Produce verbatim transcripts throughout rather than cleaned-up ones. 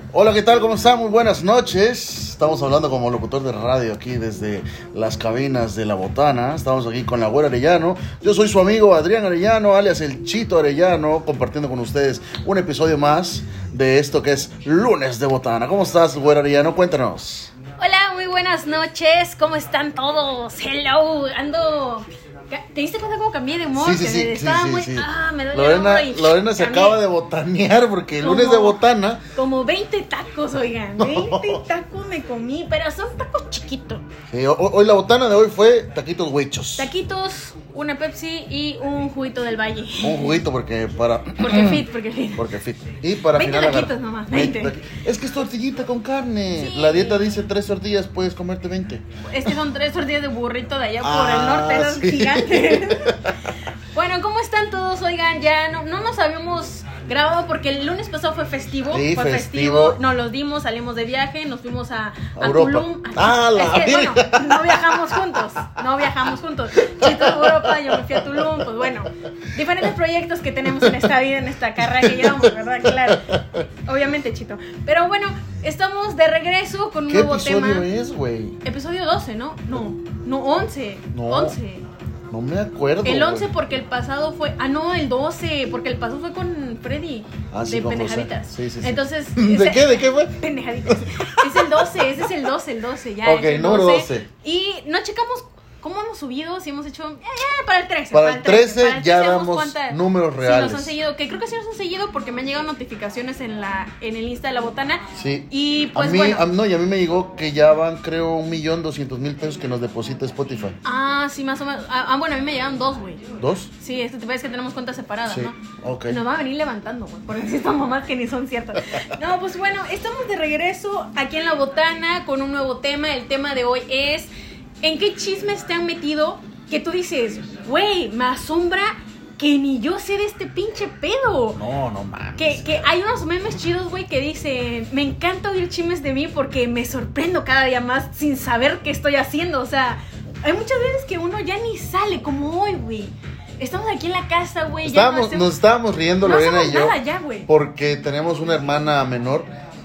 Hola, ¿qué tal? ¿Cómo están? Muy buenas noches. Estamos hablando como locutor de radio aquí desde las cabinas de La Botana. Estamos aquí con la Güera Arellano. Yo soy su amigo Adrián Arellano, alias el Chito Arellano, compartiendo con ustedes un episodio más de esto que es Lunes de Botana. ¿Cómo estás, Güera Arellano? Cuéntanos. Hola, muy buenas noches. ¿Cómo están todos? Hello, ando... ¿Te diste cuenta cómo cambié de humor? Sí, sí, sí. Estaba sí, muy... sí. Ah, me duele Lorena, el hombro y Lorena se cambié. acaba de botanear porque el Como- lunes de botana. Como veinte tacos, oigan. veinte tacos me comí, pero son tacos chiquitos. Sí, hoy, hoy la botana de hoy fue taquitos huichos. Taquitos, una Pepsi y un juguito del Valle. Un juguito porque para. Porque fit, porque fit. Porque fit. Y para veinte final taquitos agar- nomás, veinte veinte. taqui- Es que es tortillita con carne. Sí. La dieta dice tres tortillas, puedes comerte veinte. Es que son tres tortillas de burrito de allá por Ah, el norte, esos sí. gigantes. Bueno, ¿cómo están todos? Oigan, ya no, no nos habíamos grabado porque el lunes pasado fue festivo. Sí, fue festivo. festivo. Nos los dimos, salimos de viaje, nos fuimos a, a Europa. Tulum. Ah, la es que, bueno, verga. no viajamos juntos. No viajamos juntos. Chito a Europa, yo me fui a Tulum. Pues bueno, diferentes proyectos que tenemos en esta vida, en esta carrera que llevamos, ¿verdad? Claro. Obviamente, Chito. Pero bueno, estamos de regreso con un ¿Qué nuevo episodio tema. es, güey? Episodio doce, ¿no? No, no, once. No. once. No me acuerdo. El once güey. porque el pasado fue... Ah, no, el doce, porque el pasado fue con Freddy. Ah, sí, de con José. pendejaditas. Sí, sí, sí. Entonces... ¿De ese- qué? ¿De qué fue? Pendejaditas. Es el doce, ese es el doce, el doce, ya. Ok, es el número doce. Y no checamos cómo hemos subido, si hemos hecho... Ya, ya, para el trece. Para el trece para el ya vemos damos cuánta- números Si reales. nos han seguido, que creo que sí nos han seguido porque me han llegado notificaciones en la en el Insta de La Botana. Sí. Y pues a mí, bueno... a, no, y a mí me llegó que ya van, creo, un millón doscientos mil pesos que nos deposita Spotify. Ah, sí, más o menos. Ah, bueno, a mí me llegaron dos, güey. ¿Dos? Sí, es que te ves que tenemos cuentas separadas, Sí, ¿no? ok. Y nos va a venir levantando, güey, porque si están mamás que ni son ciertas. No, pues bueno, estamos de regreso aquí en La Botana con un nuevo tema. El tema de hoy es ¿en qué chismes te han metido que tú dices, güey, me asombra que ni yo sé de este pinche pedo? No, no mames. Que, que hay unos memes chidos, güey, que dicen, me encanta oír chismes de mí porque me sorprendo cada día más sin saber qué estoy haciendo. O sea, hay muchas veces que uno ya ni sale, como hoy, güey. Estamos aquí en la casa, güey. ya no Estábamos, hacemos- nos estábamos riendo, no Lorena hacemos y yo. nada ya, güey. Porque tenemos una hermana menor.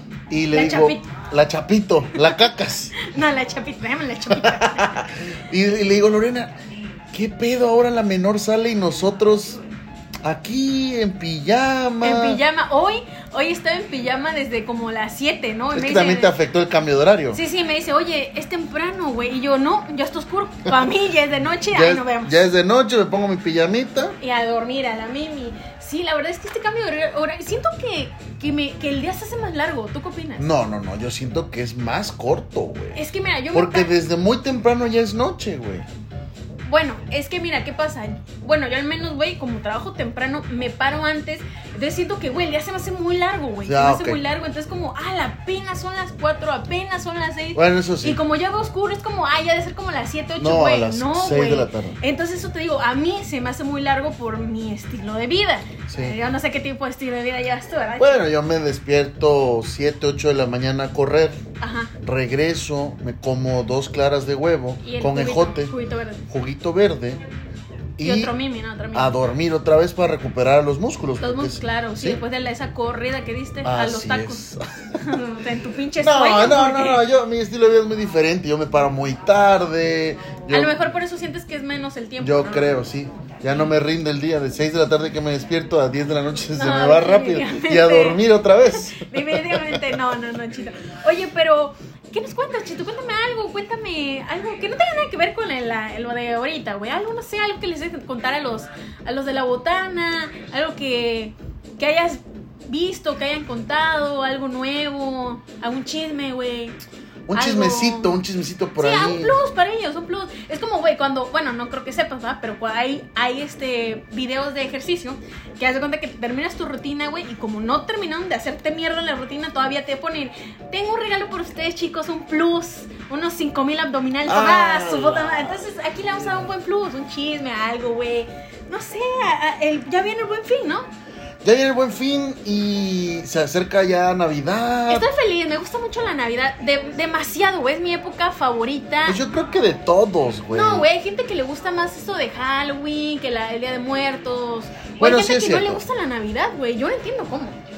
Y le La digo, Chapito. la Chapito, la Cacas. No, la chapita, déjame la chapita. y, y le digo, Lorena, ¿qué pedo? Ahora la menor sale y nosotros aquí en pijama. En pijama. Hoy, hoy estaba en pijama desde como las siete, ¿no? Y Es me que dice- también te afectó el cambio de horario. Sí, sí, me dice, oye, es temprano, güey. Y yo, no, ya está oscuro. Para mí ya es de noche, Ya, ahí es, nos vemos. ya es de noche, me pongo mi pijamita. Y a dormir, a la mimi. Sí, la verdad es que este cambio de horario, siento que, que, me, que el día se hace más largo. ¿Tú qué opinas? No, no, no, yo siento que es más corto, güey. Es que mira, yo Porque me... pa- desde muy temprano ya es noche, güey. Bueno, es que mira, ¿qué pasa? Bueno, yo al menos, güey, como trabajo temprano, me paro antes. Entonces siento que, güey, el día se me hace muy largo, güey. Se Ah, me hace ok. muy largo. Entonces como, ah, apenas son las cuatro, apenas son las seis. Bueno, eso sí. Y como ya veo oscuro, es como, ah, ya debe ser como las siete, ocho, No, a güey. las No, seis güey. de la tarde. Entonces eso te digo, a mí se me hace muy largo por mi estilo de vida. Sí. Eh, Yo no sé qué tipo de estilo de vida llevas tú, ¿verdad? Bueno, yo me despierto siete, ocho de la mañana a correr. Ajá. Regreso, me como dos claras de huevo Y el con juguito, ejote, juguito verde. juguito verde. Y, otro mimi, ¿no? Otro mimi. a dormir otra vez para recuperar los músculos. Los porque músculos, es- claro, sí, después de la- esa corrida que diste a los Así tacos. es. En tu pinche No, sueño. no, no, porque no, yo, mi estilo de vida es muy diferente. Yo me paro muy tarde. Yo, A lo mejor por eso sientes que es menos el tiempo. yo ¿no? creo, sí. Ya no me rinde el día. De seis de la tarde que me despierto a diez de la noche se No, me va rápido. definitivamente. Y a dormir otra vez. Definitivamente no, no, no, Chito. Oye, pero, ¿qué nos cuentas, Chito? Cuéntame algo, cuéntame algo que no tenga nada que ver con el, la- lo de ahorita, güey. Algo, no sé, algo que les dejes contar a los, a los de La Botana, algo que, que hayas visto, que hayan contado, algo nuevo, algún chisme, güey. Un Algo- chismecito, un chismecito por sí, ahí. un plus para ellos, un plus. Es como, güey, cuando, bueno, no creo que sepas, ¿verdad? Pero cuando hay, hay este videos de ejercicio que haz de cuenta que terminas tu rutina, güey, y como no terminaron de hacerte mierda en la rutina, todavía te ponen, tengo un regalo por ustedes, chicos, un plus, unos cinco mil abdominales. Ah, Ah, su puta madre. Entonces, aquí le vamos a dar un buen plus, un chisme, algo, güey. No sé, a- a- el- ya viene el buen fin, ¿no? Ya viene el buen fin y se acerca ya Navidad. Estoy feliz, me gusta mucho la Navidad, de- demasiado, güey, es mi época favorita. Pues yo creo que de todos, güey. No, güey, hay gente que le gusta más eso de Halloween, que la, el Día de Muertos. O Bueno, hay sí gente es que no le cierto. gusta la Navidad, güey. Yo no entiendo cómo.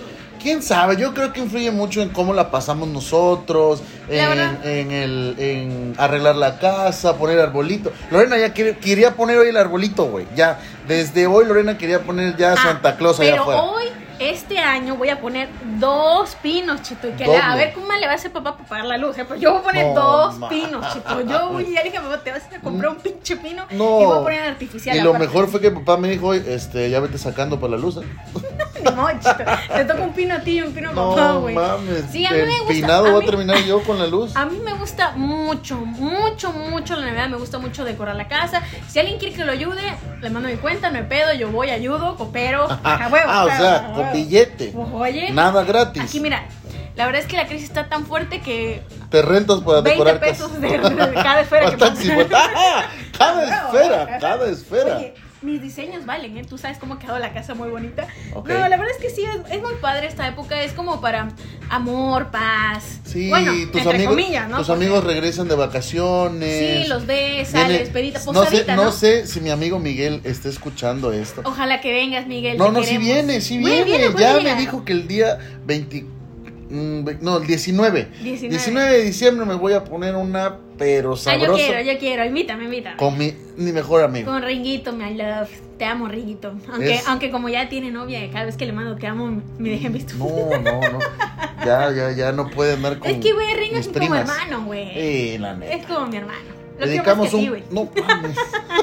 quién sabe, yo creo que influye mucho en cómo la pasamos nosotros, en, en, el, en arreglar la casa, poner arbolito. Lorena ya quiere, quería poner hoy el arbolito, güey. Ya, desde hoy Lorena quería poner ya ah, Santa Claus allá pero afuera. Hoy, este año, voy a poner dos pinos, Chito. Y que le, a ver cómo le va a hacer papá para pagar la luz. ¿eh? Pues yo voy a poner no, dos ma. pinos, Chito. Yo voy y ya le dije, papá, te vas a comprar un pinche pino no. y voy a poner artificial. Y aparte. lo mejor fue que papá me dijo, este, ya vete sacando para la luz, ¿eh? No, Chito, te toca un pino a ti y un pino a no, papá, güey. No mames, sí, a mí me gusta. Pinado voy a terminar yo con la luz. A mí me gusta mucho, mucho, mucho la Navidad. Me gusta mucho decorar la casa. Si alguien quiere que lo ayude, le mando mi cuenta, no hay pedo, yo voy, ayudo, coopero. A huevo, ah, o sea, con billete. Oye, nada gratis. Aquí mira, la verdad es que la crisis está tan fuerte que te rentas para decorar veinte pesos de, de cada esfera que taxi, ah, cada esfera, cada esfera. Oye, mis diseños valen, ¿eh? Tú sabes cómo ha quedado la casa muy bonita. Okay. No, la verdad es que sí, es, es muy padre esta época. Es como para amor, paz. Sí, bueno, tus entre amigos, comillas, ¿no? tus Porque, amigos regresan de vacaciones. Sí, los ves, sales, pedita, no posadita, sé, ¿no? no sé si mi amigo Miguel está escuchando esto. Ojalá que vengas, Miguel. No, te no, queremos. sí viene, sí Muy viene. bien, ya me llegar. dijo que el día veinte, no, el diecinueve. diecinueve. diecinueve de diciembre me voy a poner una, pero sabrosa. Ah, yo quiero, yo quiero. Invítame, invítame. Con mi, mi mejor amigo. Con Ringuito, mi love. Te amo, Ringuito. Aunque, es... aunque como ya tiene novia, cada vez que le mando te amo, me dejen visto. No, no, no. Ya, ya, ya no puede andar con. Es que, güey, Ringo es como primas. hermano, güey. Sí, la neta. Es como mi hermano. Lo Dedicamos un. Ti, no mames.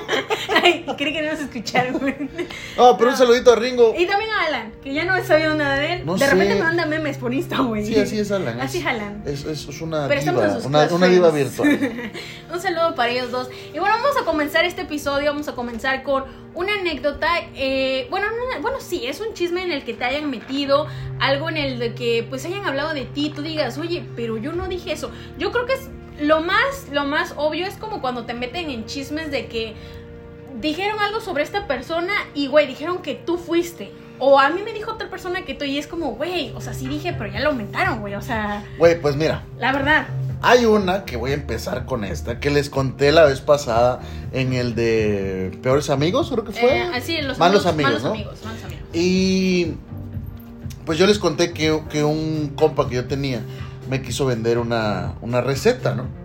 Ay, creí que no nos escucharon, güey. No, pero no. Un saludito a Ringo. Y también a Alan, que ya no he sabido nada de él. No de sé. repente me manda memes por Insta, güey. Sí, así es Alan. Así es Alan. Es, es, es una pero diva. Una, una diva virtual. Un saludo para ellos dos. Y bueno, vamos a comenzar este episodio. Vamos a comenzar con una anécdota. Eh, bueno, no, bueno, sí, es un chisme en el que te hayan metido. Algo en el de que pues hayan hablado de ti. Tú digas, oye, pero yo no dije eso. Yo creo que es lo más, lo más obvio es como cuando te meten en chismes de que dijeron algo sobre esta persona y, güey, dijeron que tú fuiste. O a mí me dijo otra persona que tú y es como, güey, o sea, sí dije, pero ya lo aumentaron, güey, o sea... Güey, pues mira. La verdad. Hay una que voy a empezar con esta, que les conté la vez pasada en el de Peores Amigos, creo que fue. Eh, así, los malos amigos, amigos, malos ¿no? amigos, malos amigos. Y pues yo les conté que, que un compa que yo tenía me quiso vender una, una receta, ¿no?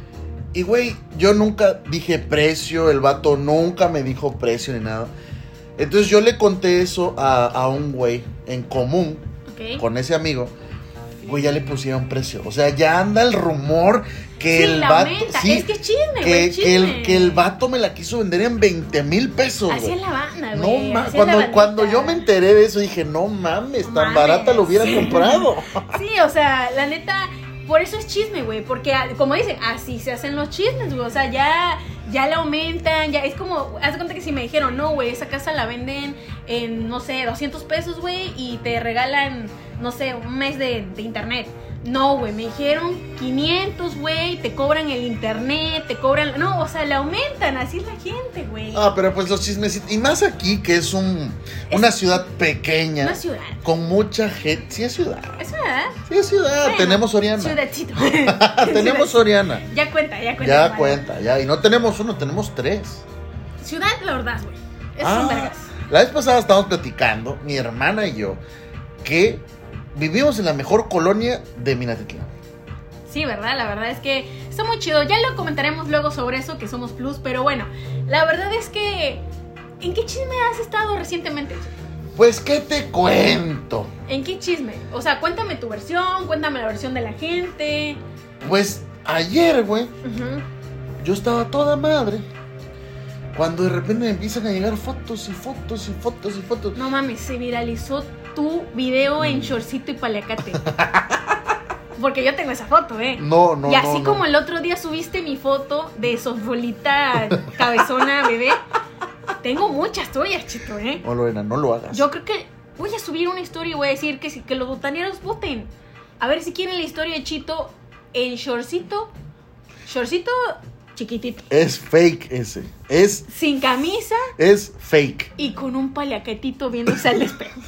Y, güey, yo nunca dije precio, el vato nunca me dijo precio ni nada. Entonces yo le conté eso a, a un güey en común, okay. con ese amigo. Güey, ya le pusieron precio. O sea, ya anda el rumor que sí, el la vato... aumenta. Sí, es que es chisme, que, güey, que, el, que el vato me la quiso vender en veinte mil pesos. Así güey. es la banda, No güey. mames, cuando, cuando yo me enteré de eso dije, no mames, No tan mames. barata lo hubiera comprado. Sí, o sea, la neta, por eso es chisme, güey, porque como dicen, así se hacen los chismes, güey, o sea, ya, ya la aumentan, ya, es como, haz de cuenta que si me dijeron, no, güey, esa casa la venden en, no sé, doscientos pesos, güey, y te regalan, no sé, un mes de, de internet. No, güey, me dijeron quinientos, güey, te cobran el internet, te cobran... No, o sea, le aumentan, así es la gente, güey. Ah, pero pues los chismes... Y más aquí, que es un es una ciudad pequeña. Una ciudad. Con mucha gente... Sí es ciudad. ¿Es ciudad? Sí es ciudad. Bueno, tenemos Soriana. Ciudadcito. Tenemos Soriana. Ya cuenta, ya cuenta. Ya hermano. cuenta, ya. Y no tenemos uno, tenemos tres. Ciudad La Ordaz, güey. Esos ah, son vergas. La vez pasada estábamos platicando, mi hermana y yo, que... vivimos en la mejor colonia de Minatitlán. Sí, ¿verdad? La verdad es que está muy chido. Ya lo comentaremos luego sobre eso, que somos plus. Pero bueno, la verdad es que... ¿En qué chisme has estado recientemente? Pues, ¿qué te cuento? ¿En qué chisme? O sea, cuéntame tu versión, cuéntame la versión de la gente. Pues, ayer, güey, uh-huh. yo estaba toda madre. Cuando de repente me empiezan a llegar fotos y fotos y fotos y fotos. No mames, se viralizó tu video en shortcito y paliacate. Porque yo tengo esa foto, ¿eh? No, no, Y así no, como no. el otro día subiste mi foto de sofbolita cabezona bebé, tengo muchas tuyas, chito, ¿eh? No, Lorena, no lo hagas. Yo creo que voy a subir una historia y voy a decir que, que los botaneros voten. A ver si quieren la historia de Chito en shortcito. Shortcito chiquitito. Es fake ese. Es... Sin camisa. Es fake. Y con un paliacatito viéndose al espejo.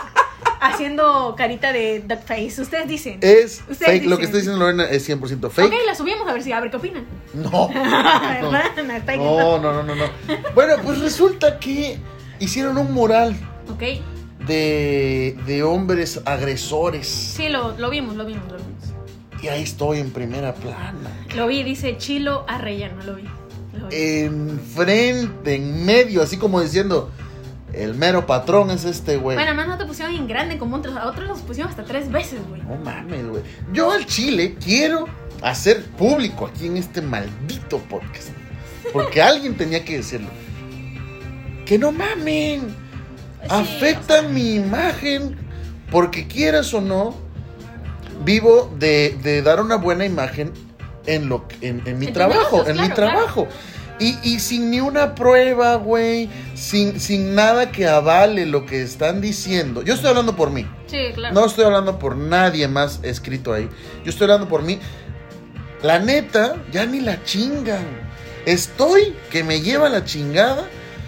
Haciendo carita de duckface. Ustedes dicen. Es Ustedes fake. dicen. Lo que está diciendo Lorena es cien por ciento fake. Ok, la subimos a ver si, a ver qué opinan. No. ¿Verdad? No, está No, no, no, no, no. Bueno, pues resulta que hicieron un mural Ok. de, de hombres agresores. Sí, lo, lo vimos, lo vimos, lo vimos. Y ahí estoy en primera plana. Lo vi, dice Chilo Arrellano, lo vi. Lo vi. Enfrente, en medio, así como diciendo, el mero patrón es este güey. Bueno, además no te pusieron en grande como otros, a otros los pusieron hasta tres veces, güey. No mames, güey. Yo al chile quiero hacer público aquí en este maldito podcast. Porque alguien tenía que decirlo. Que no mamen. Sí, Afecta o sea, mi imagen. Porque quieras o no, vivo de, de dar una buena imagen en, lo, en, en mi en trabajo. negocios, en claro, mi trabajo. Claro. Y, y sin ni una prueba, güey. Sin, sin nada que avale lo que están diciendo. Yo estoy hablando por mí. Sí, claro. No estoy hablando por nadie más escrito ahí. Yo estoy hablando por mí. La neta, ya ni la chingan. Estoy que me lleva la chingada.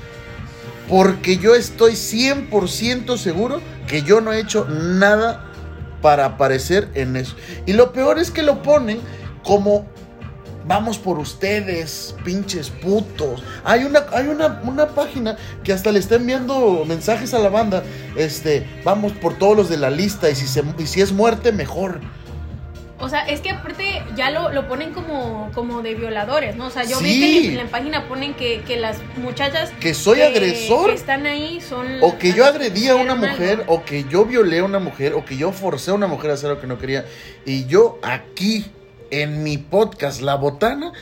Porque yo estoy cien por ciento seguro que yo no he hecho nada para aparecer en eso. Y lo peor es que lo ponen como... Vamos por ustedes, pinches putos. Hay una, hay una, una página que hasta le está enviando mensajes a la banda. Este, vamos por todos los de la lista. Y si, se, y si es muerte, mejor. O sea, es que aparte ya lo, lo ponen como, como de violadores, ¿no? O sea, yo Sí. vi que en la página ponen que, que las muchachas Que soy que, agresor. que están ahí son... O que yo agredí a una hicieron mujer. algo. O que yo violé a una mujer. O que yo forcé a una mujer a hacer lo que no quería. Y yo aquí, en mi podcast La Botana,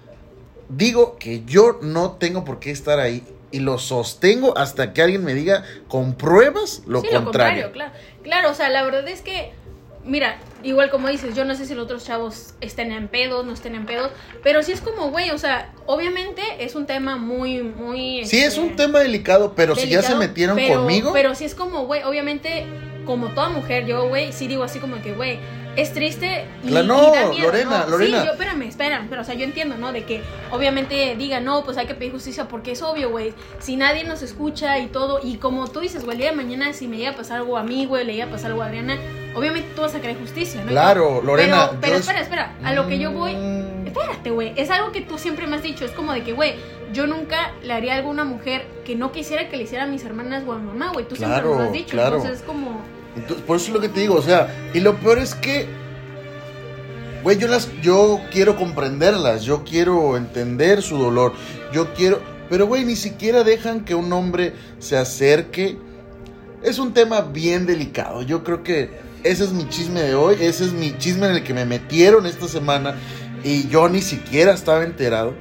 digo que yo no tengo por qué estar ahí. Y lo sostengo hasta que alguien me diga con pruebas lo sí, contrario. lo contrario, claro. Claro, o sea, la verdad es que, mira, igual como dices, yo no sé si los otros chavos estén en pedos, no estén en pedos, pero sí es como, güey, o sea, obviamente es un tema muy, muy... Sí, este, es un tema delicado, pero delicado, si ya se metieron pero, conmigo... Pero sí es como, güey, obviamente, como toda mujer, yo, güey, sí digo así como que, güey, es triste y, La, no, y da miedo, Lorena, ¿no? Lorena. Sí, yo, espérame, espérame, pero, o sea, yo entiendo, ¿no? De que obviamente diga, no, pues hay que pedir justicia porque es obvio, güey, si nadie nos escucha y todo, y como tú dices, güey, el día de mañana si me llega a pasar algo a mí, güey, le llega a pasar algo a Adriana, obviamente tú vas a querer justicia, ¿no? Claro, Lorena. Pero, pero yo espera, es... espera, a lo que yo voy, Mm. espérate, güey, es algo que tú siempre me has dicho, es como de que, güey, yo nunca le haría algo a una mujer que no quisiera que le hiciera a mis hermanas o a mi mamá, güey, tú Claro, siempre me lo has dicho, claro. entonces es como... Entonces, por eso es lo que te digo, o sea, y lo peor es que, güey, yo las, yo quiero comprenderlas, yo quiero entender su dolor, yo quiero, pero güey, ni siquiera dejan que un hombre se acerque. Es un tema bien delicado, yo creo que ese es mi chisme de hoy, ese es mi chisme en el que me metieron esta semana y yo ni siquiera estaba enterado.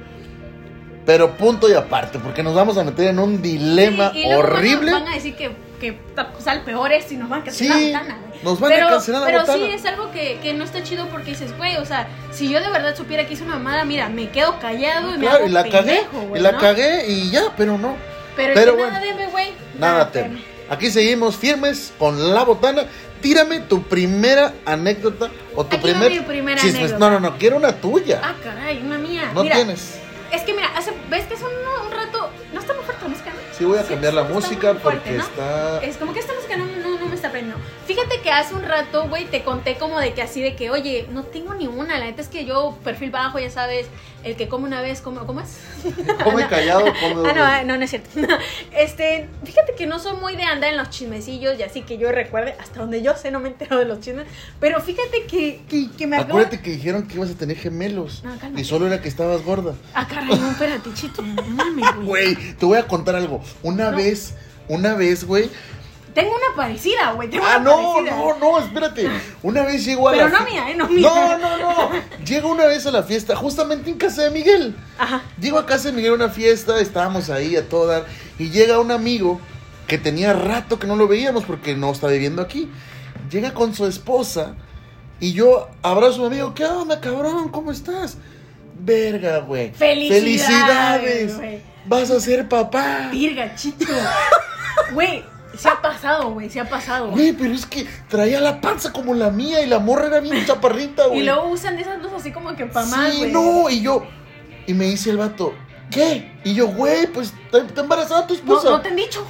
Pero punto y aparte, porque nos vamos a meter en un dilema Sí, y luego horrible. Van a, van a decir que, que o sea, el peor es si nos van a cancelar Sí, la botana, güey. nos van pero, a cancelar la pero botana. Pero sí es algo que, que no está chido porque dices, güey, o sea, si yo de verdad supiera que hice una mamada, mira, me quedo callado y me Claro, hago y la cagué, pendejo, güey, y la ¿no? cagué y ya, pero no. Pero, Pero que bueno, nada debe, güey. Nada teme. Aquí seguimos firmes con La Botana. Tírame tu primera anécdota o tu Aquí va primer mi primera chisme. anécdota. No, no, no, quiero una tuya. Ah, caray, una mía. No Mira, tienes. Es que mira, hace, ves que es un, un rato, no está muy fuerte la música, ¿no? Sí, voy a cambiar la está música muy fuerte, porque ¿no? está... Es como que esta música no, no, no me está aprendiendo. Fíjate que hace un rato, güey, te conté como de que así de que, oye, no tengo ni una. La neta es que yo, perfil bajo, ya sabes, el que come una vez, come, ¿cómo es? Come callado, come dos Ah, no, veces. ah, no, no es cierto. Este, fíjate que no soy muy de andar en los chismecillos y así que yo recuerde, hasta donde yo sé, no me entero de los chismes. Pero fíjate que, que, que me acabo... Acuérdate que dijeron que ibas a tener gemelos. No, cálmate. Y solo era que estabas gorda. Ah, caray, no, espérate, chito, no mames, güey. Güey, te voy a contar algo. Una No. vez, una vez, güey. Tengo una parecida, güey. Tengo Ah, una no, parecida. no, no, espérate. Una vez llego a Pero la no fi- mía, ¿eh? No mía. No, no, no. Llego una vez a la fiesta, justamente en casa de Miguel. Ajá. Llego a casa de Miguel a una fiesta, estábamos ahí a todo dar. Y llega un amigo que tenía rato que no lo veíamos porque no está viviendo aquí. Llega con su esposa y yo abrazo a mi amigo. ¿Qué onda, cabrón? ¿Cómo estás? Verga, güey. Felicidades, Felicidades. güey. Vas a ser papá. Virga, chito. Güey, se ha pasado, güey. Se ha pasado, güey. Güey, pero es que traía la panza como la mía y la morra era bien chaparrita, güey. Y luego usan de esas dos así como que pa' más, Sí, güey. no, y yo, y me dice el vato, ¿qué? Y yo, güey, pues, ¿está está embarazada tu No, esposa? no te han dicho.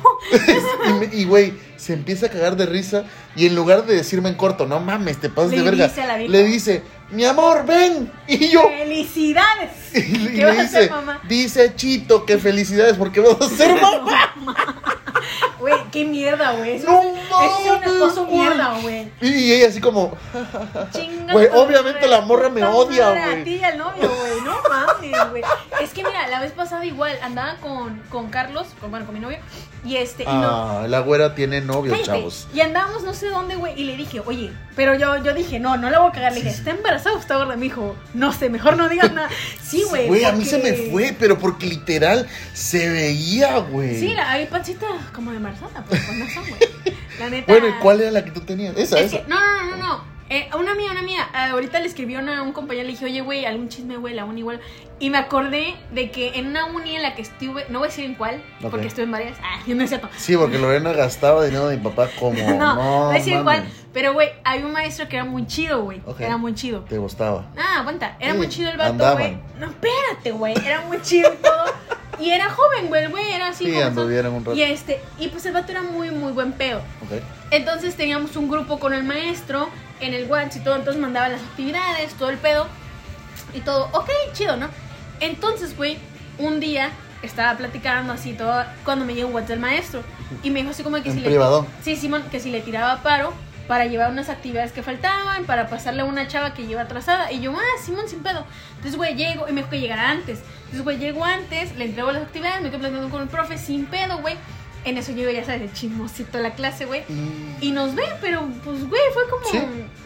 y, me- y, güey, se empieza a cagar de risa y en lugar de decirme en corto, no mames, te pasas Le de verga, dice a la vieja. le dice, mi amor, ven. Y yo, ¡Felicidades! y, y ¿Qué vas le a hacer, dice, mamá? dice Chito que felicidades porque vas a ser mamá. Güey, qué mierda, güey. Eso, No es, eso es un mames, esposo güey. mierda, güey. Y ella así como... Chinga Güey, tu obviamente madre, la morra me puta odia, madre, güey. A ti y al novio, güey. No mames, güey. Es que mira, la vez pasada igual andaba con, con Carlos, con, bueno, con mi novio. Y este, y no. Ah, la güera tiene novio, Cállate. chavos. Y andábamos no sé dónde, güey. Y le dije, oye, pero yo, yo dije, no, no la voy a cagar. Le dije, ¿está embarazada o está gorda? Me dijo, no sé, mejor no digas nada. Sí, güey. Güey, a mí se me porque- fue, pero porque literal se veía, güey. Sí, la, hay pancita como de embarazada, pero pues no son, güey. La neta. Bueno, ¿y cuál era la que tú tenías? Esa, Es esa. que, no, no, no, no, no. Eh, a una mía, una mía. Ah, ahorita le escribió a un compañero, le dije, oye, güey, algún chisme, güey, la uni igual. Y me acordé de que en una uni en la que estuve, no voy a decir en cuál, Ok. porque estuve en varias. Ah, no es cierto. Sí, porque Lorena gastaba dinero de mi papá como... No, no, no voy a decir en cuál. mames. Pero, güey, hay un maestro que era muy chido, güey. Ok. Era muy chido. Te gustaba. Ah, aguanta. Era Sí, muy chido el vato, andaban. güey. No, espérate, güey. Era muy chido y todo. Y era joven, güey. El güey era así. Sí, como anduvieron un rato. Y este, y pues el vato era muy, muy buen pedo. Ok. Entonces teníamos un grupo con el maestro en el WhatsApp y todo, entonces mandaba las actividades, todo el pedo y todo, ok, chido, ¿no? Entonces, güey, un día estaba platicando así todo cuando me llegó un WhatsApp del maestro y me dijo así como que En si privado. le sí, Simón, que si le tiraba paro para llevar unas actividades que faltaban, para pasarle a una chava que lleva atrasada y yo, ah, Simón, sin pedo. Entonces, güey, llego y me dijo que llegara antes. Entonces, güey, llego antes, le entrego las actividades, me quedo platicando con el profe sin pedo, güey. En eso llego, ya sabes, el chismosito de la clase, güey. Mm, Y nos ve, pero pues, güey, fue como... Sí.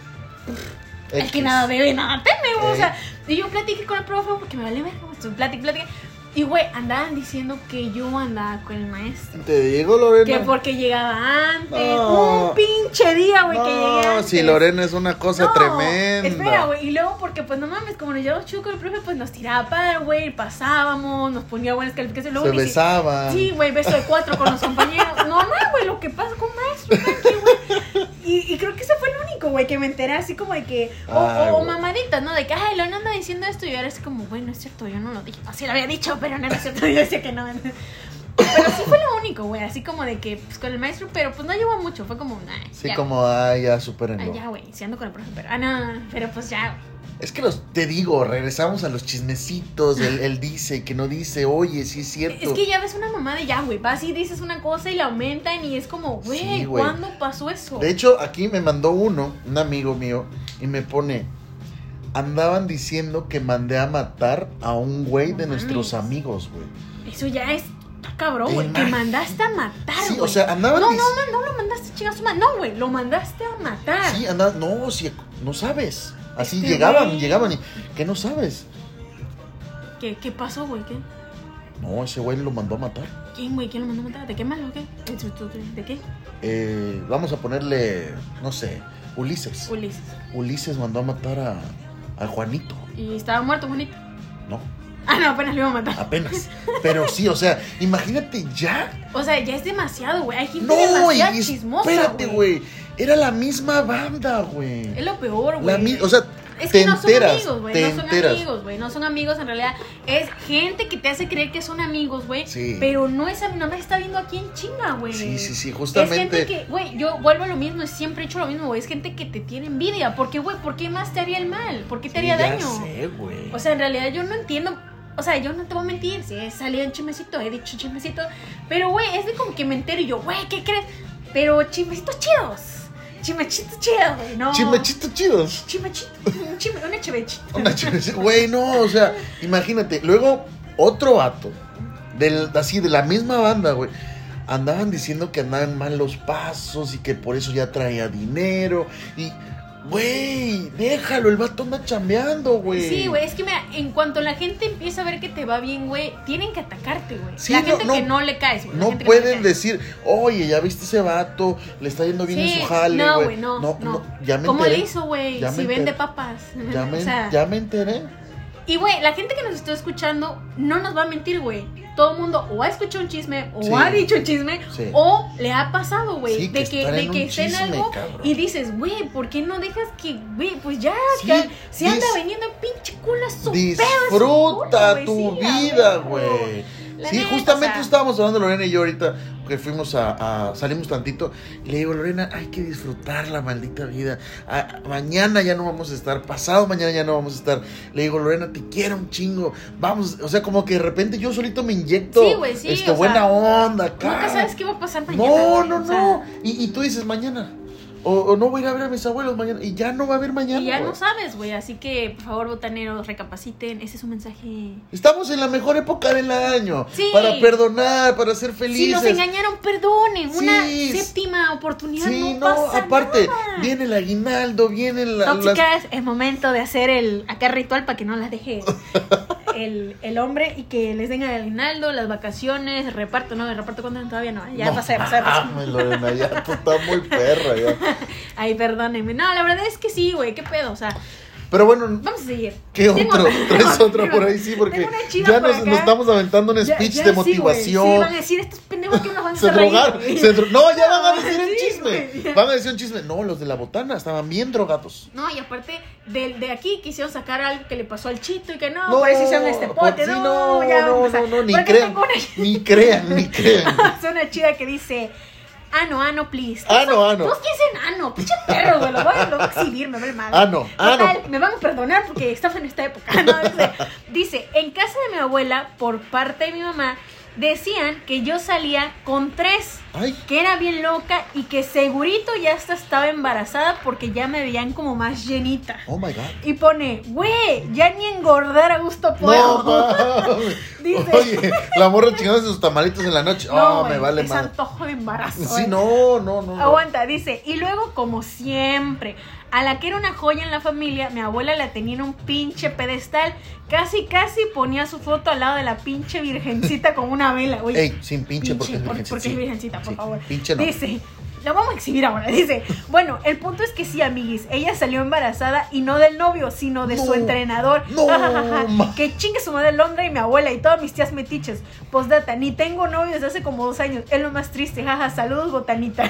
El X. que nada debe, nada teme, güey. O Eh. sea, y yo platiqué con el profe porque me vale ver, güey. Platiqué, platiqué. Y, güey, andaban diciendo que yo andaba con el maestro. Te digo, Lorena. Que porque llegaba antes. No. Un pinche día, güey, que llegué No, antes. si Lorena es una cosa No, tremenda. Espera, güey. Y luego, porque, pues, no mames, como nos llevamos chido con el profe, pues nos tiraba para, güey, pasábamos, nos ponía buenas calificaciones. Luego Se ni si- besaban. Sí, güey, beso de cuatro con los compañeros. No, no, güey, lo que pasa con maestro, tranqui, güey. Y, y creo que ese fue el único, güey, que me enteré así como de que. O, Ay, o güey. mamaditas, ¿no? De que, ay, Lorena anda diciendo esto. Y yo era así como, güey, no es cierto, yo no lo dije. Así lo había dicho, pero no era cierto. Yo decía que no. Pero sí fue lo único, güey. Así como de que, pues con el maestro, pero pues no llevó mucho. Fue como, nah. Sí, ya, como, ay, ya, güey. supérenlo. Ay, ya, güey, si ando con el profe, pero. Ah, no, no, no, pero pues ya, güey. Es que los, te digo, regresamos a los chismecitos. Él, él dice que no dice, oye, sí es cierto. Es que ya ves una mamá de ya, güey. Vas y dices una cosa y la aumentan y es como, güey, Sí, güey. ¿cuándo pasó eso? De hecho, aquí me mandó uno, un amigo mío, y me pone, andaban diciendo que mandé a matar a un güey No de nuestros mames. amigos, güey. Eso ya es está cabrón, güey. Imag- Que mandaste a matar, Sí, güey. o sea, andaban No, no, dic- no, no lo mandaste, chingas, no, güey. Lo mandaste a matar. Sí, andaban, no, si no sabes. Así Este llegaban, güey. llegaban y, ¿qué no sabes? ¿Qué, qué pasó, güey? ¿Qué? No, ese güey lo mandó a matar. ¿Quién, güey? ¿Quién lo mandó a matar? ¿De qué malo o qué? ¿De qué? Eh, vamos a ponerle, no sé, Ulises. Ulises. Ulises mandó a matar a, a Juanito. ¿Y estaba muerto, Juanito? No, Ah, no, apenas lo iba a matar. apenas. Pero sí, o sea, imagínate ya. O sea, ya es demasiado, güey. Hay gente No, y demasiado chismosa, espérate, güey. Era la misma banda, Es güey. lo peor, La güey. mi- O sea, Es te que no enteras, son amigos, güey. te No son enteras. amigos, güey. No son amigos en realidad. Es gente que te hace creer que son amigos, güey. Sí. Pero no es no me está viendo aquí en China, güey. Sí, sí, sí, Es justamente. gente que, güey, yo vuelvo a lo mismo, siempre he hecho lo mismo, güey. Es gente que te tiene envidia. Porque, güey, ¿por qué más te haría el mal? ¿Por qué te Sí, haría ya daño? sé, güey. O sea, en realidad yo no entiendo. O sea, yo no te voy a mentir. Si he salido en chismecito, he dicho chismecito. Pero, güey, es de como que me entero y yo, güey, ¿qué crees? Pero chismecitos chidos. Chismecitos chidos, güey. No. Chimechitos chidos. Chimechito. Un chime, una chivechita. Una chime- Güey, no, o sea, imagínate. Luego, otro vato, del, así de la misma banda, güey. Andaban diciendo que andaban mal los pasos y que por eso ya traía dinero. Y, güey, déjalo, el vato anda chambeando, güey. Sí, güey, es que mira, en cuanto la gente empieza a ver que te va bien, güey, tienen que atacarte, güey. Sí, la no, gente no, que no le caes, güey. la No gente que le pueden caes. decir, oye, ya viste ese vato, le está yendo bien Sí, en su jale, no, güey. güey, no, no. ya me ¿Cómo enteré. le hizo, güey? Ya me Si vende enteré. papas. Ya me, o sea, ya me enteré. y, güey, la gente que nos está escuchando no nos va a mentir, güey. Todo el mundo o ha escuchado un chisme, o Sí. ha dicho un chisme, Sí. o le ha pasado, güey. Sí, de que que, estar de en que un esté en chisme, algo cabrón. y dices, güey, ¿por qué no dejas que, güey, pues ya, Sí, que si anda dis- vendiendo el pinche culo a su pedo, es su Disfruta culo, güey, tu sí, a vida, huevo. güey. La Sí, neta, justamente o sea, estábamos hablando Lorena y yo ahorita que fuimos a, a salimos tantito y le digo, Lorena, hay que disfrutar la maldita vida. A, mañana ya no vamos a estar, pasado mañana ya no vamos a estar. Le digo, Lorena, te quiero un chingo. Vamos, o sea, como que de repente yo solito me inyecto Sí, güey, sí, este, o buena sea, onda acá. nunca sabes qué va a pasar mañana. No, güey, no, o sea, no. Y, y tú dices mañana. O, o no voy a ir a ver a mis abuelos mañana. Y ya no va a haber mañana. Y ya güey. no sabes, güey. Así que, por favor, botaneros, recapaciten. Ese es un mensaje. Estamos en la mejor época del año. Sí. Para perdonar, para ser felices. Si nos engañaron, perdonen. Una Sí. séptima oportunidad. Sí, no, no, pasa aparte, nada. viene el aguinaldo, viene la, las... Tóxicas, es momento de hacer el acá ritual para que no las deje el, el hombre y que les den el aguinaldo, las vacaciones, el reparto. No, el reparto cuando todavía no. Ya No, pasé, pasé, pasé. mames, Lorena, ya tú estás muy perra ya. Ay, perdónenme. No, la verdad es que sí, güey. ¿Qué pedo? O sea, Pero bueno, vamos a seguir. ¿qué Tengo- otro? ¿Traes tengo- otra por ahí? Sí, porque tengo una chida ya por nos, acá. nos estamos aventando un Ya- speech ya de sí, motivación. güey. Sí, van a decir estos pendejos que nos van a Se hacer reír, drogaron. güey. se dro- No, ya van a decir un Sí, chisme. güey. Van a decir un chisme. No, los de la botana estaban bien drogados. No, y aparte del de aquí quisieron sacar algo que le pasó al Chito y que no, No, por eso hicieron este por- pote. sí, no, no, ya no, vamos a no, no, ni porque crean, tengo una, ni crean, ni crean. es una chida que dice. Ano, ano, please. Ano, ano. Todos dicen ano, pinche perro, güey. Lo voy, a- lo voy a exhibir, me vale mal. Ano, ano. Total, me van a perdonar porque estamos en esta época. No, dice, dice, en casa de mi abuela, por parte de mi mamá, decían que yo salía con tres. Ay, Que era bien loca y que segurito ya hasta estaba embarazada porque ya me veían como más llenita. oh my God. Y pone, güey, ya ni engordar a gusto puedo. No, mames. Dice. Oye, la morra chingándose sus tamalitos en la noche. No, Oh, güey, me vale es más. antojo de embarazo. Sí, eh. no, no, no. no. Aguanta, dice, y luego como siempre, a la que era una joya en la familia, mi abuela la tenía en un pinche pedestal, casi casi ponía su foto al lado de la pinche virgencita con una vela, güey. Ey, sin pinche, porque es por- virgencita. porque es Sí. virgencita, por Sí, favor. pinche no. Dice, lo vamos a exhibir ahora, dice, bueno, el punto es que sí, amiguis, ella salió embarazada y no del novio, sino de No. su entrenador. No, Ja, ja, ja, ja. ma. Que chingue su madre Londra y mi abuela y todas mis tías metiches. Postdata, ni tengo novio desde hace como dos años, es lo más triste, jaja, saludos, botanita.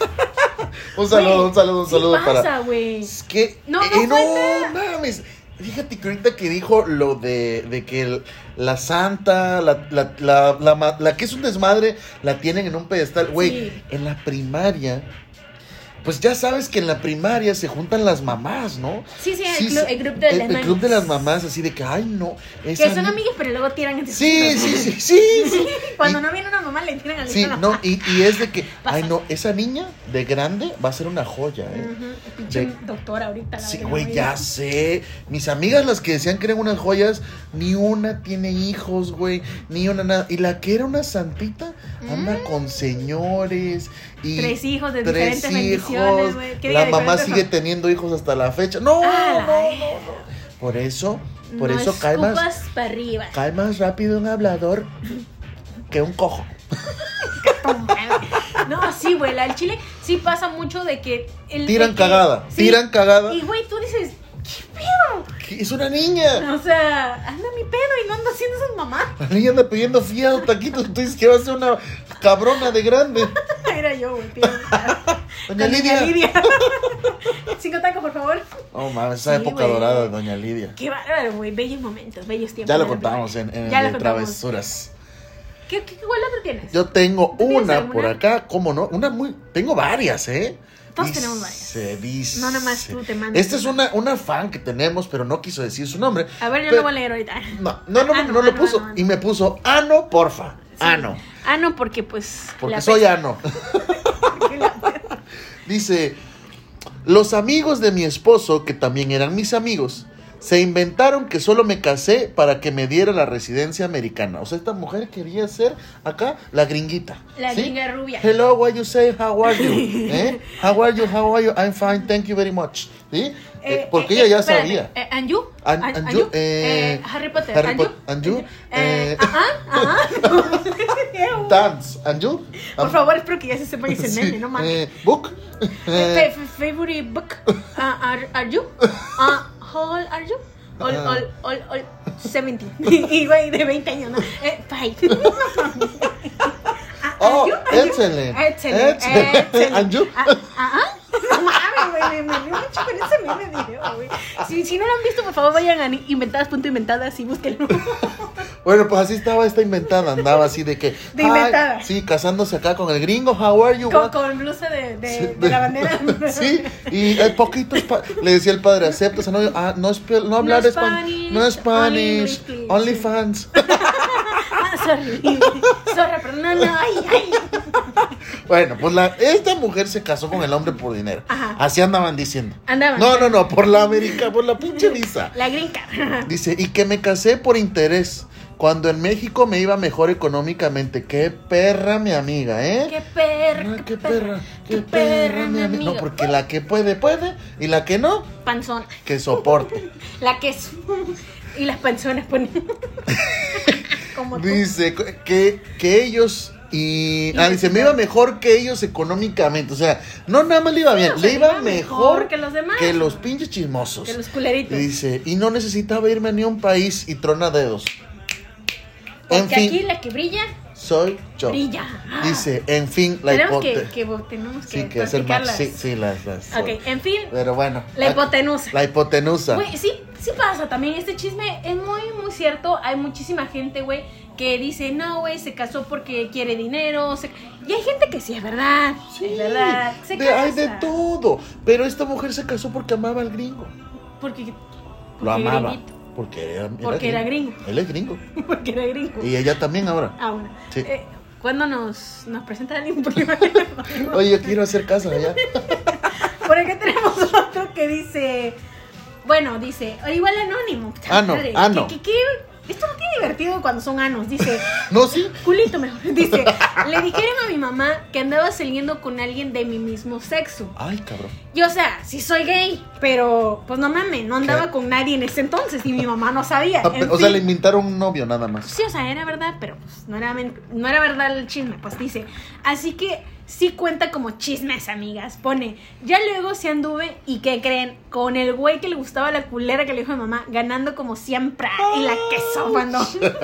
Un saludo, Güey, un saludo, un sí saludo pasa, para. güey. Es que. No, no eh, no falta. mames. Fíjate que ahorita que dijo lo de, de que el- la santa, la, la, la, la, ma- la que es un desmadre, la tienen en un pedestal. Güey, Sí. en la primaria, pues ya sabes que en la primaria se juntan las mamás, ¿no? Sí, sí, el club- el club de el, las el club de las mamás. mamás, así de que, ay, no. Que esa son ni- amigas, pero luego tiran entre Sí, sus hijos. sí, sí, sí, sí. Cuando Y- no viene una mamá, le tiran al Sí, hijo. no, y, y es de que, Pasa. ay, no, esa niña de grande va a ser una joya, ¿eh? Ujú, pinche De- doctora ahorita. la Sí, verga, güey, ya sé. Mis amigas, las que decían que eran unas joyas, ni una tiene hijos, güey, ni una nada. Y la que era una santita, anda Mm. con señores y Tres hijos de tres diferentes bendiciones, güey. ¿Qué La diga mamá diferentes sigue no? teniendo hijos hasta la fecha. No, Ah, no, no, no. Por eso, por no eso cae más, escupas para arriba. cae más rápido un hablador que un cojo. No, sí, güey, la del chile sí pasa mucho de que... El, Tiran de que- cagada, sí. tiran cagada. Y, güey, tú dices, ¿qué pedo? Es una niña. O sea, anda mi pedo y no anda haciendo esas mamás. La niña anda pidiendo fiado, taquitos. Tú dices que va a ser una cabrona de grande. Era yo, güey, tío. Doña Con Lidia. Lidia. Cinco tacos, por favor. Oh, mames, esa Sí, época güey. dorada de Doña Lidia. Qué bárbaro, güey. Bellos momentos, bellos tiempos. Ya lo de la contamos en, primaria. en Ya el lo de contamos. Travesuras. ¿Qué, qué, ¿Cuál otro tienes? Yo tengo ¿Tú tienes una alguna? por acá, ¿cómo no? Una muy... Tengo varias, ¿eh? Todos Dice, tenemos varias. Dice. No, nada más tú te mandas Esta es una. una, una fan que tenemos, pero no quiso decir su nombre. A ver, yo Pero- lo voy a leer ahorita. No, no, no, Ah, no, no, lo ah, no, puso. ah, no, ah, Y no. me puso, ano, porfa. Sí. Ano. Ah, no, porque pues. Porque la soy pesa. ano. Porque la- Dice, los amigos de mi esposo, que también eran mis amigos, se inventaron que solo me casé para que me diera la residencia americana. O sea, esta mujer quería ser acá la gringuita. La ¿sí? gringa rubia. Hello, what you say, how are you? ¿Eh? How are you, how are you? I'm fine, thank you very much. ¿Sí? Eh, porque eh, ella ya espérate, sabía. Eh, ¿And you? And- ¿And- and and you? you? Eh, Eh, Harry Potter. Harry ¿And Pot- you? and you? Eh, Eh, ajá, ajá. Dance, and you? Por Um, favor, espero que ya se sepa que es el sí, meme, no mames. eh, book. Eh, Eh, fa- favorite book? Uh, are, are you? Uh, how old are you? All, Ah. all, all, all, seventy. Y güey, de veinte años, ¿no? Eh, five. Ah, Oh, are you? Are you? excellent. Excellent. Excellent. Excellent. And you? Ah, ah, no mames, güey, me, me río mucho con ese meme video, güey. Si, si no lo han visto, por favor, vayan a inventadas punto inventadas y búsquenlo. Bueno, pues así estaba esta inventada, andaba así de que... De inventada. Ay, sí, casándose acá con el gringo, how are you? Con, What? con blusa de, de, Sí, de de- la bandera. Sí, y hay poquitos, pa- le decía el padre, aceptas a novio, ah, no, espe- no hablar No español, Spanish, no only Spanish, English, please. only fans. Ah, sorry. Sorry, pero no, no, ay, ay. Bueno, pues la, esta mujer se casó con el hombre por dinero. Ajá. Así andaban diciendo. Andaban. No, no, no, por la América, por la pinche visa. La gringa. Dice, y que me casé por interés, cuando en México me iba mejor económicamente. Qué perra mi amiga, ¿eh? Qué perra. Ah, qué perra, qué perra mi amiga. No, porque la que puede, puede, y la que no, Panzón. que soporte. La que es. Y las panzonas ponen. Como tú. Dice que, que ellos y ah, dice, me iba mejor que ellos económicamente. O sea, no nada más le iba bien, o sea, le iba mejor que los demás. que los pinches chismosos. Que los culeritos. Dice, y no necesitaba irme a ni un país y trona dedos. En Porque fin, aquí la que brilla, soy yo. brilla. Dice, en fin, la Tenemos que, hipotenusa. que vo- tenemos que, Sí, que hacer practicar más. las- Sí, sí, las, las. Ok, en fin, Pero bueno. la hipotenusa. La hipotenusa. Güey, sí, sí pasa también. Este chisme es muy, muy cierto. Hay muchísima gente, güey, que dice, no, güey, se casó porque quiere dinero. se-". Y hay gente que sí, es verdad. Sí, es verdad. Se de- casa. hay de todo. Pero esta mujer se casó porque amaba al gringo. Porque, porque Lo amaba. gringuito. Porque era, era Porque era gringo. Él es gringo. Porque era gringo. Y ella también ahora. Ah, bueno. Sí. Eh, ¿Cuándo nos, nos presenta alguien? Porque Oye, yo quiero hacer casa allá. por acá tenemos otro que dice. Bueno, dice. o Igual anónimo. Ano, Madre, ano. que- que- que- esto no tiene divertido cuando son anos. Dice. No, sí. Culito mejor. Dice. Le dijeron a mi mamá que andaba saliendo con alguien de mi mismo sexo. Ay, cabrón. Y o sea, sí soy gay, pero pues no mames, no andaba ¿Qué? con nadie en ese entonces y mi mamá no sabía. Ah, En o sea, fin. le inventaron un novio nada más. Sí, o sea, era verdad, pero pues no era, men- no era verdad el chisme, pues dice. Así que sí cuenta como chismes, amigas. Pone, ya luego sí anduve y ¿qué creen? Con el güey que le gustaba la culera que le dijo a mi mamá, ganando como siempre y la queso cuando,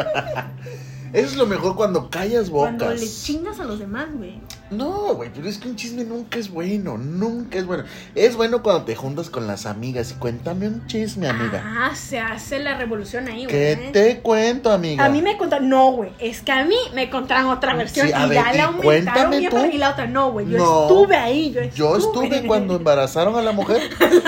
Eso es lo mejor cuando callas bocas. cuando le chingas a los demás, güey. No, güey, pero es que un chisme nunca es bueno, nunca es bueno. Es bueno cuando te juntas con las amigas y cuéntame un chisme, amiga. Ah, se hace la revolución ahí, güey. ¿Qué te cuento, amiga? A mí me contaron, no, güey, es que a mí me contaron otra versión Sí, a y ver, ya y la aumentaron cuéntame bien tú. para- y la otra no, güey, yo No. estuve ahí, yo estuve. Yo estuve cuando embarazaron a la mujer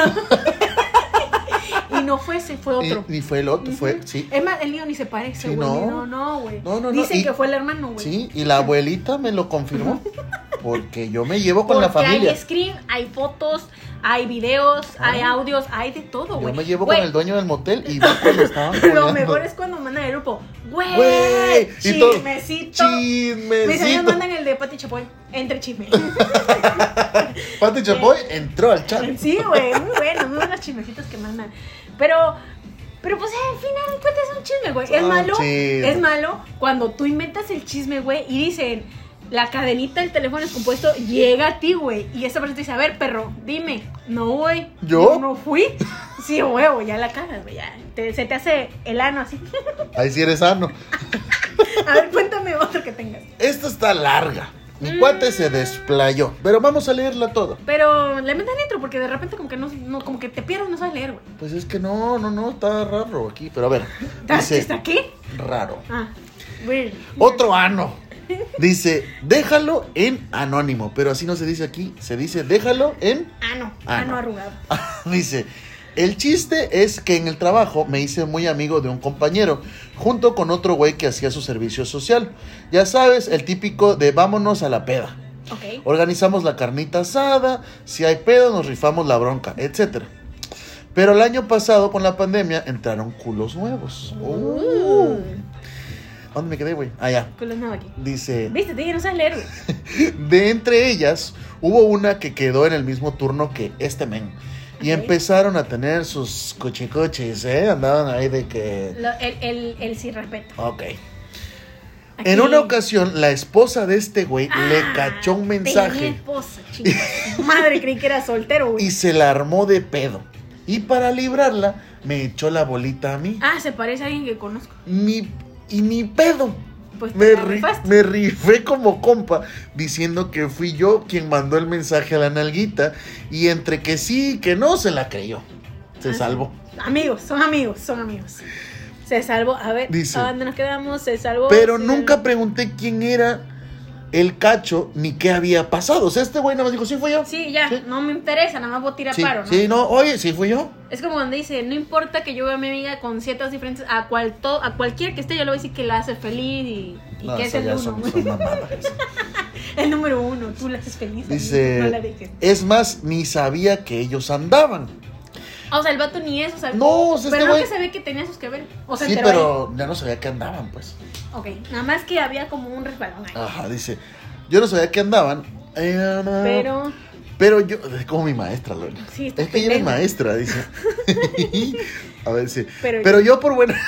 Y no fue ese, fue otro. y, y fue el otro, fue, sí. Es más, el niño ni se parece, Sí, güey. no. No, no, güey. No, no, no, Dicen y- que fue el hermano, güey. Sí, y la abuelita me lo confirmó. Porque yo me llevo con la Porque familia. hay screen, hay fotos, hay videos, Ah. hay audios, hay de todo, Yo güey. me llevo Güey, con el dueño del motel y vi cuando estaban Lo culeando. mejor es cuando mandan el grupo, güey, Güey, y todo. chismecito. Mis amigos Chismecito. mandan el de Pati Chapoy, entre chisme. Pati Chapoy entró al chat. Sí, güey, muy bueno, muy buenos chismecitos que mandan. Pero, pero pues al final de cuentas es un chisme, güey. Es Son malo, chismes. es malo cuando tú inventas el chisme, güey, y dicen, la cadenita del teléfono descompuesto llega a ti, güey. Y esa persona te dice, a ver, perro, dime. No, güey. ¿Yo? no fui. Sí, huevo, ya la cagas, güey. Ya. Te- se te hace el ano así. Ahí sí eres sano. A ver, cuéntame otro que tengas. Esta está larga. Mi Mm. cuate se desplayó. Pero vamos a leerla toda. Pero le metan intro porque de repente como que no, no como que te pierdes, no sabes leer, güey. Pues es que no, no, no, está raro aquí. Pero a ver. ¿Está Dice, aquí? raro. Ah, weird. Otro ano. Dice, déjalo en anónimo. Pero así no se dice aquí. Se dice, déjalo en... Ano, Ano. ano arrugado. Dice, el chiste es que en el trabajo me hice muy amigo de un compañero, junto con otro güey que hacía su servicio social. Ya sabes, el típico de vámonos a la peda. Ok. Organizamos la carnita asada, si hay pedo nos rifamos la bronca, etcétera. Pero el año pasado con la pandemia entraron culos nuevos. Uh. ¿Dónde me quedé, güey? Ah, ya. Culo nuevo aquí. Dice, Viste, te dije, no sabes leer, güey. de entre ellas hubo una que quedó en el mismo turno que este men. Y Ok. empezaron a tener sus cochicoches, ¿eh? Andaban ahí de que... Lo- el, el, el sin respeto. Ok. Aquí- En una ocasión, la esposa de este güey Ah, le cachó un tenía mensaje esposa, chingada. Madre, creí que era soltero, güey. y se la armó de pedo. Y para librarla, me echó la bolita a mí. Ah, se parece a alguien que conozco. Ni, y ni pedo. Pues te Me, la ri- rifaste. me rifé como compa diciendo que fui yo quien mandó el mensaje a la nalguita y entre que sí y que no se la creyó. Se Ah, sí. salvó. Amigos, son amigos, son amigos. Se salvó. A ver, Dice, ¿a dónde nos quedamos? Se salvó. pero se nunca salvó. pregunté quién era el cacho ni qué había pasado. O sea, este güey nada más dijo, sí, fui yo. Sí, ya, Sí. no me interesa, nada más voy a tirar Sí, paro, ¿no? sí, no, oye, sí fui yo. Es como cuando dice, no importa que yo vea a mi amiga con ciertas diferencias, a cual to, a cualquier que esté, yo le voy a decir que la hace feliz y, y No, que es eso el ya uno. son, son mamadas. Eso. El número uno, tú la haces feliz. Dice, amigo, no la dejes. es más, ni sabía que ellos andaban. O sea, el vato ni eso sabía. No, o sea, pero este no güey- que sabía que tenía sus que ver. O sea, Sí, enteró pero ya no sabía que andaban, pues. ahí. Ok, nada más que había como un resbalón ahí. Ajá, dice, yo no sabía que andaban. eh, no, Pero, Pero yo, es como mi maestra, Lorena. Sí, está es que ella es pendeja. maestra, dice. A ver, sí. Pero- Pero, yo por buena.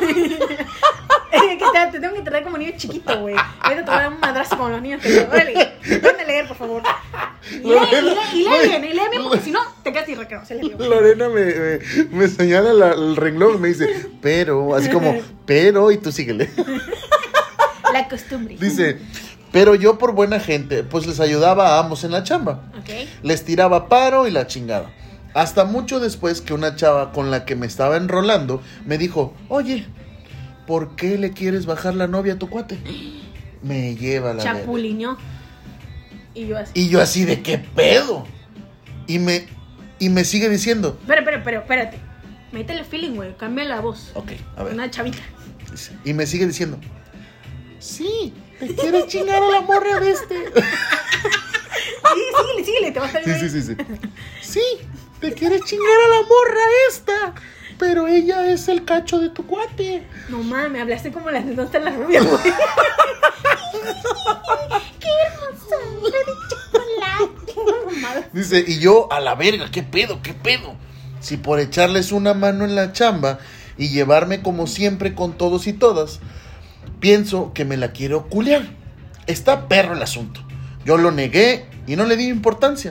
que te, te tengo que tratar como niño chiquito, güey. Ahorita te voy a dar un madrazo con los niños que te órale, ven a leer, por favor. Y lee, y lee, y lee bien, y lee bien, porque si no, te quedas sin recreo. Se le dio. Lorena me, me, me señala la- el renglón y me dice, pero, así como, pero, y tú síguele. La costumbre. Dice, pero yo por buena gente, pues les ayudaba a ambos en la chamba. Ok. Les tiraba paro y la chingada. Hasta mucho después que una chava con la que me estaba enrolando me dijo, oye, ¿por qué le quieres bajar la novia a tu cuate? Me lleva la verga. Chapulineó. Y yo así. Y yo así de qué pedo. Y me, y me sigue diciendo, Espera, espera, espera, espérate. Métele feeling, güey. Cambia la voz. ok, a ver. Una chavita. Dice, y me sigue diciendo, sí, te quiere chingar a la morra de este. Sí, síguele, síguele, te vas a Sí, salir. sí, sí, sí. Sí, te quiere chingar a la morra esta. Pero ella es el cacho de tu cuate. No mames, hablaste como las no están las rubias, güey. ¡Qué hermosura de chocolate! Dice, y yo, a la verga, ¿qué pedo, qué pedo? Si por echarles una mano en la chamba y llevarme como siempre con todos y todas, pienso que me la quiero culiar. Está perro el asunto. Yo lo negué y no le di importancia.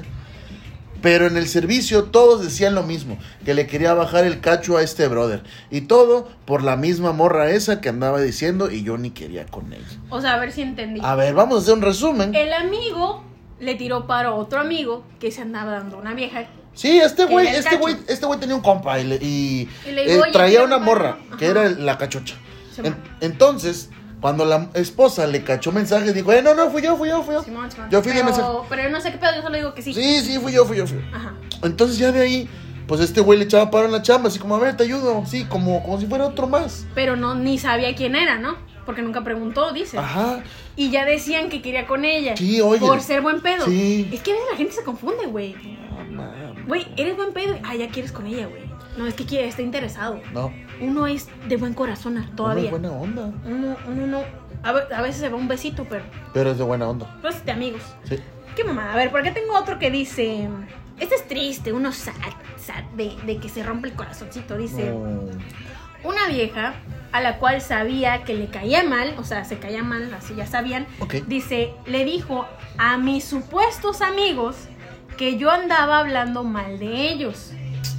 Pero en el servicio todos decían lo mismo, que le quería bajar el cacho a este brother. Y todo por la misma morra esa que andaba diciendo y yo ni quería con ella. O sea, a ver si entendí. A ver, vamos a hacer un resumen. El amigo le tiró paro a otro amigo que se andaba dando una vieja. Sí, este que güey, era el este cacho. güey, este güey tenía un compa y, le- y, Y le eh, dijo, "Oye, traía tira una un morra, paro". que Ajá. era la cachocha. Sí, En- man. entonces, cuando la esposa le cachó mensaje, dijo, eh, no, no, fui yo, fui yo, fui yo. Simón, Simón. Yo fui de mensaje. pero, pero no sé qué pedo, yo solo digo que sí. Sí, sí, fui yo, fui yo, fui yo. Ajá. Entonces ya de ahí, pues este güey le echaba paro en la chamba, así como, a ver, te ayudo, sí, como, como si fuera otro más. Pero no, ni sabía quién era, ¿no? Porque nunca preguntó, dice. Ajá, Y ya decían que quería con ella. Sí, oye. Por ser buen pedo. Sí. Es que a veces la gente se confunde, güey. no, mames. Güey, eres buen pedo. Ah, ya quieres con ella, güey. No, es que quiere, está interesado. No, Uno es de buen corazón no todavía. es buena onda, Uno, uno no. A, ve- a veces se va un besito, pero. pero es de buena onda, Pues de amigos. sí. Qué mamada. A ver, por acá tengo otro que dice. Este es triste, uno sad, sad, de, de que se rompe el corazoncito. Dice. No. Una vieja a la cual sabía que le caía mal, o sea, se caía mal, así ya sabían. Ok. Dice, le dijo a mis supuestos amigos que yo andaba hablando mal de ellos.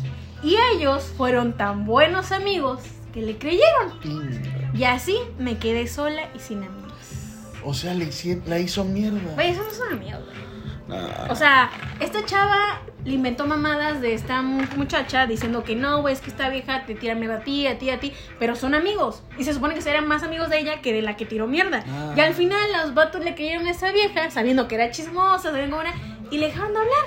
Y ellos fueron tan buenos amigos que le creyeron. Pinga. Y así me quedé sola y sin amigos. O sea, le hici- la hizo mierda. Güey, eso no son amigos, güey. Nah. O sea, esta chava le inventó mamadas de esta mu- muchacha diciendo que no, güey, es que esta vieja te tira mierda a ti, a ti, a ti, pero son amigos. Y se supone que serían más amigos de ella que de la que tiró mierda. Ah. Y al final los vatos le creyeron a esa vieja, sabiendo que era chismosa, sabiendo cómo era, y le dejaron de hablar.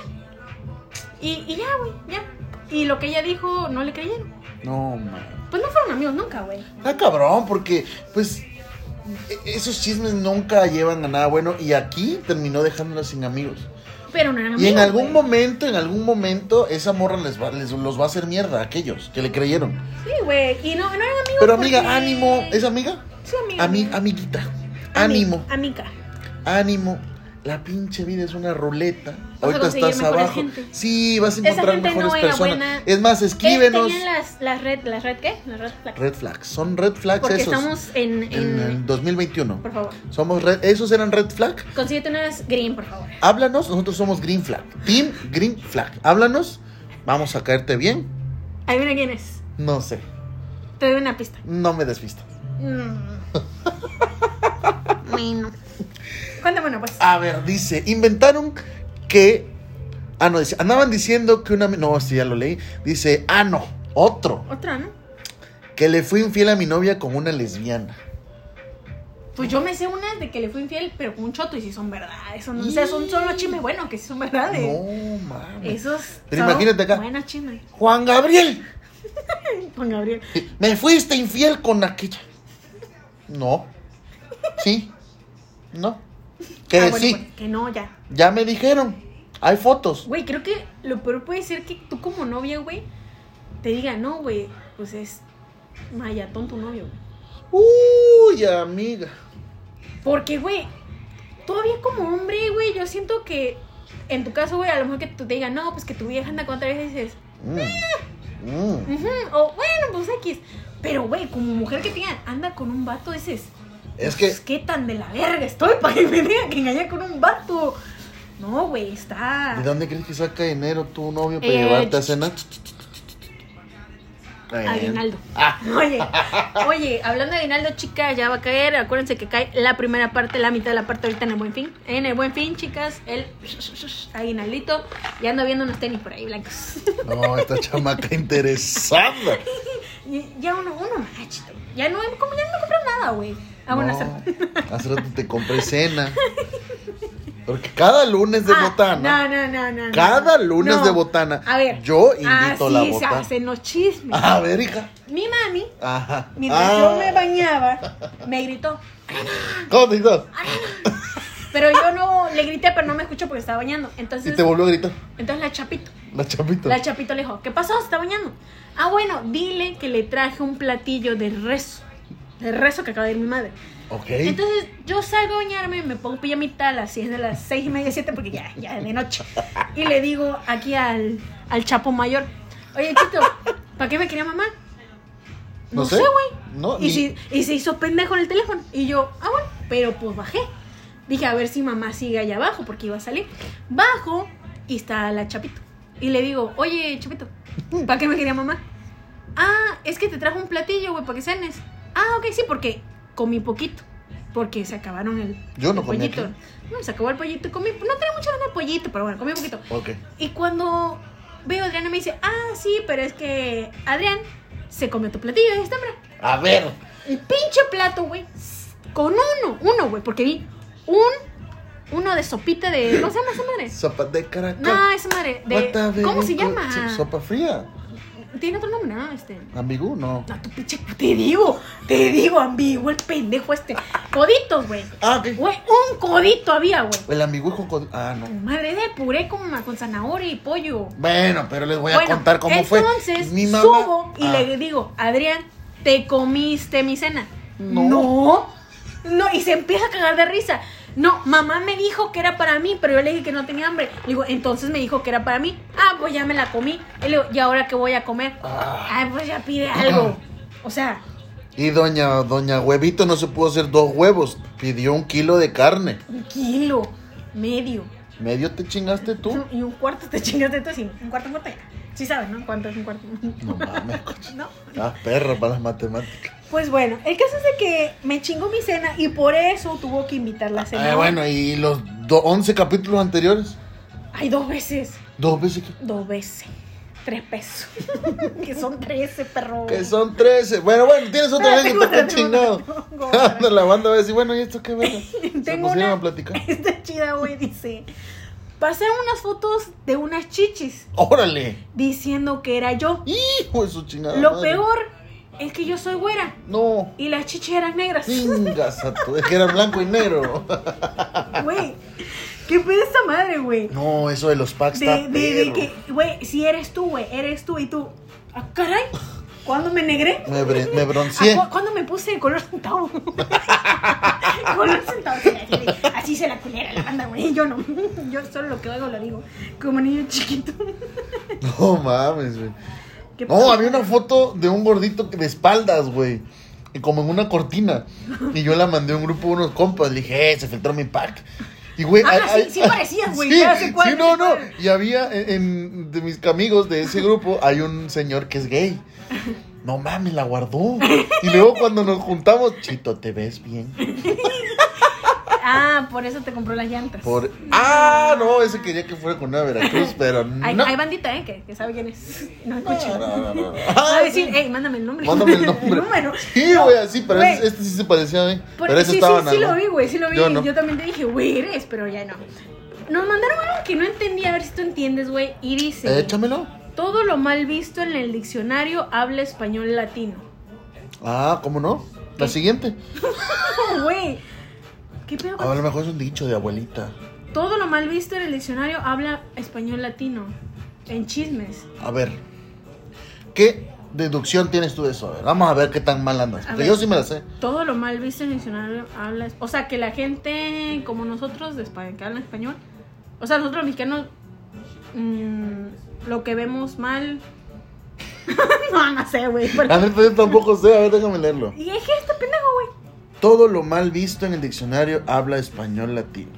Y, y ya, güey, ya. Y lo que ella dijo, no le creyeron. No, man. Pues no fueron amigos nunca, güey. Está cabrón, porque, pues, e- esos chismes nunca llevan a nada bueno. Y aquí terminó dejándola sin amigos. Pero no eran amigos. Y en algún güey. momento, en algún momento, esa morra les va, les, los va a hacer mierda a aquellos que le creyeron. Sí, güey. Y no, no eran amigos. Pero amiga, porque- ánimo. ¿Es amiga? Sí, amiga. Ami, amiguita. Ami- Ánimo. Amiga. Ánimo. La pinche vida es una ruleta. a Ahorita conseguir estás mejores abajo. gente. Sí, vas a Esa encontrar gente mejores no era personas. buena. Es más, escríbenos. Tenían las, las red, las red, ¿qué? Las red flags. Red flags. Son red flags Porque esos. estamos en, En en, el dos mil veintiuno. por favor. Somos red, esos eran red flag. Consíguete unas green, por favor. Háblanos, nosotros somos green flag. Team green flag. Háblanos, vamos a caerte bien. Adivina quién es. No sé, Te doy una pista. no me despistas. Mm. Bueno. Cuéntame una, pues. A ver, dice, inventaron que... Ah, no, dice, andaban diciendo que una... No, este ya lo leí. Dice, ah, no, otro. Otra, ¿no? Que le fui infiel a mi novia con una lesbiana. Pues yo me sé unas de que le fui infiel, pero con un choto y si son verdades. Son, o sea, son solo chismes buenos, que si son verdades. No, mames. Esos Pero son imagínate acá. buenas chismes. Juan Gabriel. Juan Gabriel. Me fuiste infiel con aquella. No. Sí. No. Que Ah, bueno, sí. bueno, que no, ya. Ya me dijeron. Hay fotos. Güey, creo que lo peor puede ser que tú como novia, güey, te diga, no, güey, pues es mayatón tu novio, güey. Uy, amiga. Porque, güey, todavía como hombre, güey, yo siento que en tu caso, güey, a lo mejor que tú te digan, no, pues que tu vieja anda con otra vez y dices, Mm. Mm. ujú, o bueno, pues X. Pero, güey, como mujer que te digan, anda con un vato, dices, Es que pues, ¿qué tan de la verga estoy para que me digan que engañé con un vato? No, güey, está. ¿de dónde crees que saca dinero tu novio para Eh, llevarte a cenar? Eh. Aguinaldo. Ah. Oye, oye, hablando de aguinaldo, chicas, ya va a caer. Acuérdense que cae la primera parte, la mitad de la parte ahorita en el Buen Fin. En el Buen Fin, chicas, el aguinaldito. Ya ando viendo unos tenis por ahí blancos. No, esta chamaca interesada. Y ya uno, uno más, chito. Ya no, como ya no me compré nada, güey. Ah, bueno, hace- No, hace rato te compré cena. Porque cada lunes de Ah, botana. No, no, no, no. Cada no. lunes No. de botana. A ver. Yo invito así la se botana. hacen los chismes. A ver, hija. Mi mami, Ajá. mientras Ah. yo me bañaba, me gritó. ¿Cómo te dices? Pero yo no le grité, pero no me escuchó porque estaba bañando. Entonces, Y te volvió a gritar. entonces la Chapito, La chapita. la Chapito le dijo, ¿qué pasó? Se está bañando. Ah, bueno, dile que le traje un platillo de rezo. De rezo que acaba de ir mi madre. Ok. Entonces yo salgo a bañarme, me pongo pijamita a las seis de las seis y media, siete, porque ya, ya es de noche. Y le digo aquí al, al Chapo Mayor, oye, Chito, ¿para qué me quería mamá? No No, sé. sé, güey. No, y, ni- si, y se hizo pendejo en el teléfono. Y yo, ah, bueno, pero pues bajé. Dije, a ver si mamá sigue allá abajo, porque iba a salir. Bajo y está la Chapito. Y le digo, oye, Chapito, ¿para qué me quería mamá? Ah, es que te trajo un platillo, güey, para que cenes. Ah, ok, sí, porque comí poquito. Porque se acabaron el, Yo no el comí pollito. aquí. No, se acabó el pollito y comí. No tenía mucha ganas de pollito, pero bueno, comí poquito. Ok. Y cuando veo a Adriana me dice, ah, sí, pero es que Adrián se comió tu platillo de esta hembra. A ver. El pinche plato, güey, con uno, uno, güey, porque vi un, uno de sopita de, ¿cómo se llama esa madre? Sopa de caracol. No, esa madre, Bata de, ¿cómo se rico. llama? So- Sopa fría. Tiene otro nombre, ¿no? Este... Ambigú, no. No, tu pinche, te digo, te digo, ambiguo, el pendejo este. Coditos, güey. Ah, ok. Güey, un codito había, güey. El ambigú con cod- Ah, no. Madre de puré con, con zanahoria y pollo. Bueno, pero les voy a Bueno, contar cómo fue. entonces Mi mamá. subo y Ah. le digo, Adrián, ¿te comiste mi cena? No. No. No, y se empieza a cagar de risa. No, mamá me dijo que era para mí, pero yo le dije que no tenía hambre. Le digo, entonces me dijo que era para mí. Ah, pues ya me la comí. Y le digo, ¿y ahora qué voy a comer? Ah. Ay, pues ya pide algo. O sea, Y doña, doña Huevito no se pudo hacer dos huevos. Pidió un kilo de carne. un kilo, medio. ¿Medio te chingaste tú? Y un cuarto te chingaste tú, sí. Un cuarto, un cuarto. Sí sabes, ¿no? ¿Cuánto es un cuarto? No mames, coche. No. Ah, perra para las matemáticas. Pues bueno, el caso es de que me chingó mi cena y por eso tuvo que invitarla a cenar. Ah, bueno, ¿y los do- once capítulos anteriores? Ay, dos veces. Dos veces que... Dos veces. Tres pesos. Que son trece, perro. Que son trece. Bueno, bueno, tienes otra vez que Tengo te otra, está chingado. tengo otra. Anda, la banda va a decir, bueno, ¿y esto qué verga? Se Tengo pusieron una. a platicar. Esta chida, güey, dice. Pasé unas fotos de unas chichis ¡Órale! diciendo que era yo. ¡Hijo de su chingada Lo madre! peor es que yo soy güera No. y las chichis eran negras. Chingas a tu... Es que era blanco y negro. Güey, ¿qué pedo esta madre, güey? No, eso de los packs De, está de, de perro. que, güey, si eres tú, güey, eres tú y tú. Ah, caray, ¿cuándo me negré? Me, bre- me bronceé. Ah, ¿cu- ¿Cuándo me puse color centavo? Color centavo. Sí, así, así se la culera la banda, güey. Yo no. Yo solo lo que hago lo digo. Como niño chiquito. No mames, güey. ¿Qué No, pasó? había una foto de un gordito de espaldas, güey. Y como en una cortina. Y yo la mandé a un grupo de unos compas. Le dije, eh, se filtró mi pack. Y, güey, Ah, hay- sí, sí hay- parecías, güey, Sí, ya sé cuál, sí, ya no, sé no. cuál. Y había en, en- de mis amigos de ese grupo, hay un señor que es gay. No mames, la guardó. Y luego cuando nos juntamos, Chito, ¿te ves bien? Ah, por eso te compró las llantas. Por... Ah, no, ese quería que fuera con una Veracruz, pero Hay, no. hay bandita, ¿eh? Que, que sabe quién es. No escucha. No, no, no, no. Va a Ah, decir, sí. hey, mándame el nombre. Mándame el nombre. El número. Sí, No, güey, así, pero güey. este, este sí se parecía a mí. Por- Pero ese sí, estaba sí, sí en lo algo. vi, güey, sí lo vi. Yo Yo, no. también te dije, güey, eres, pero ya no. Nos mandaron algo que no entendí, a ver si tú entiendes, güey. Y dice: Échamelo. todo lo mal visto en el diccionario habla español latino. Ah, ¿cómo no? La ¿Qué? siguiente. Güey, ¿qué pedo con A lo mejor es un dicho de abuelita. todo lo mal visto en el diccionario habla español latino? En chismes. A ver, ¿qué deducción tienes tú de eso? A ver, vamos a ver qué tan mal andas. A Porque ver. yo sí me la sé. Todo lo mal visto en el diccionario habla... O sea, que la gente como nosotros, de España, que hablan español... O sea, nosotros los mexicanos... mmm, lo que vemos mal... no, no sé, güey. porque- A ver, yo tampoco sé, a ver, déjame leerlo. Y es que este pendejo, güey. Todo lo mal visto en el diccionario habla español latino.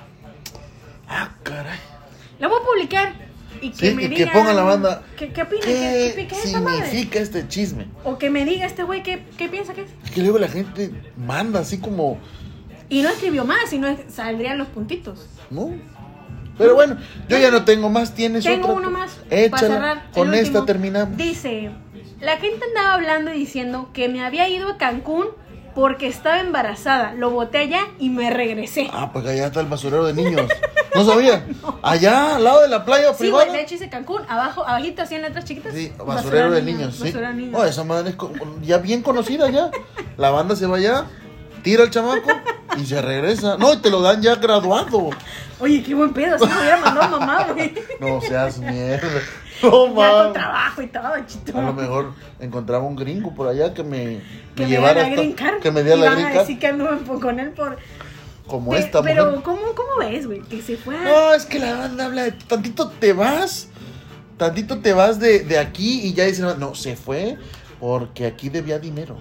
Ah, caray. La voy a publicar. Y que Sí, me y diga... que ponga la banda. ¿Qué, qué opina? ¿Qué ¿Qué, qué, qué es esta madre? significa este chisme? O que me diga este güey qué, qué piensa que es. Es que luego la gente manda así como, Y no escribió más, sino es- saldrían los puntitos. ¿no? Pero bueno, yo ya no tengo más. ¿Tienes Tengo otra? uno más Échala. para cerrar. el Con esta último. terminamos. Dice, la gente andaba hablando y diciendo que me había ido a Cancún porque estaba embarazada. Lo boté allá y me regresé. Ah, pues allá está el basurero de niños. ¿No sabía? Allá, al lado de la playa Sí, privada. güey, de hecho dice Cancún, abajo, abajito, así en letras chiquitas. Sí, basurero de niños, sí. basurero de niños. Oh, esa madre es co- ya bien conocida ya. La banda se va allá, tira al chamaco y se regresa. No, y te lo dan ya graduado. Oye, qué buen pedo, así me hubiera mandado mamá, güey. No seas mierda. No Ya con mames. trabajo y todo, chito. A lo mejor encontraba un gringo por allá que me, Que me me llevara diera la hasta- green card. que me diera y la van green a card. decir que anduve po- con él por... Como Pe- esta pero, mujer. ¿cómo, ¿cómo ves, güey? Que se fue a... No, es que la banda habla de tantito te vas, tantito te vas de, de aquí y ya dicen, no, se fue porque aquí debía dinero.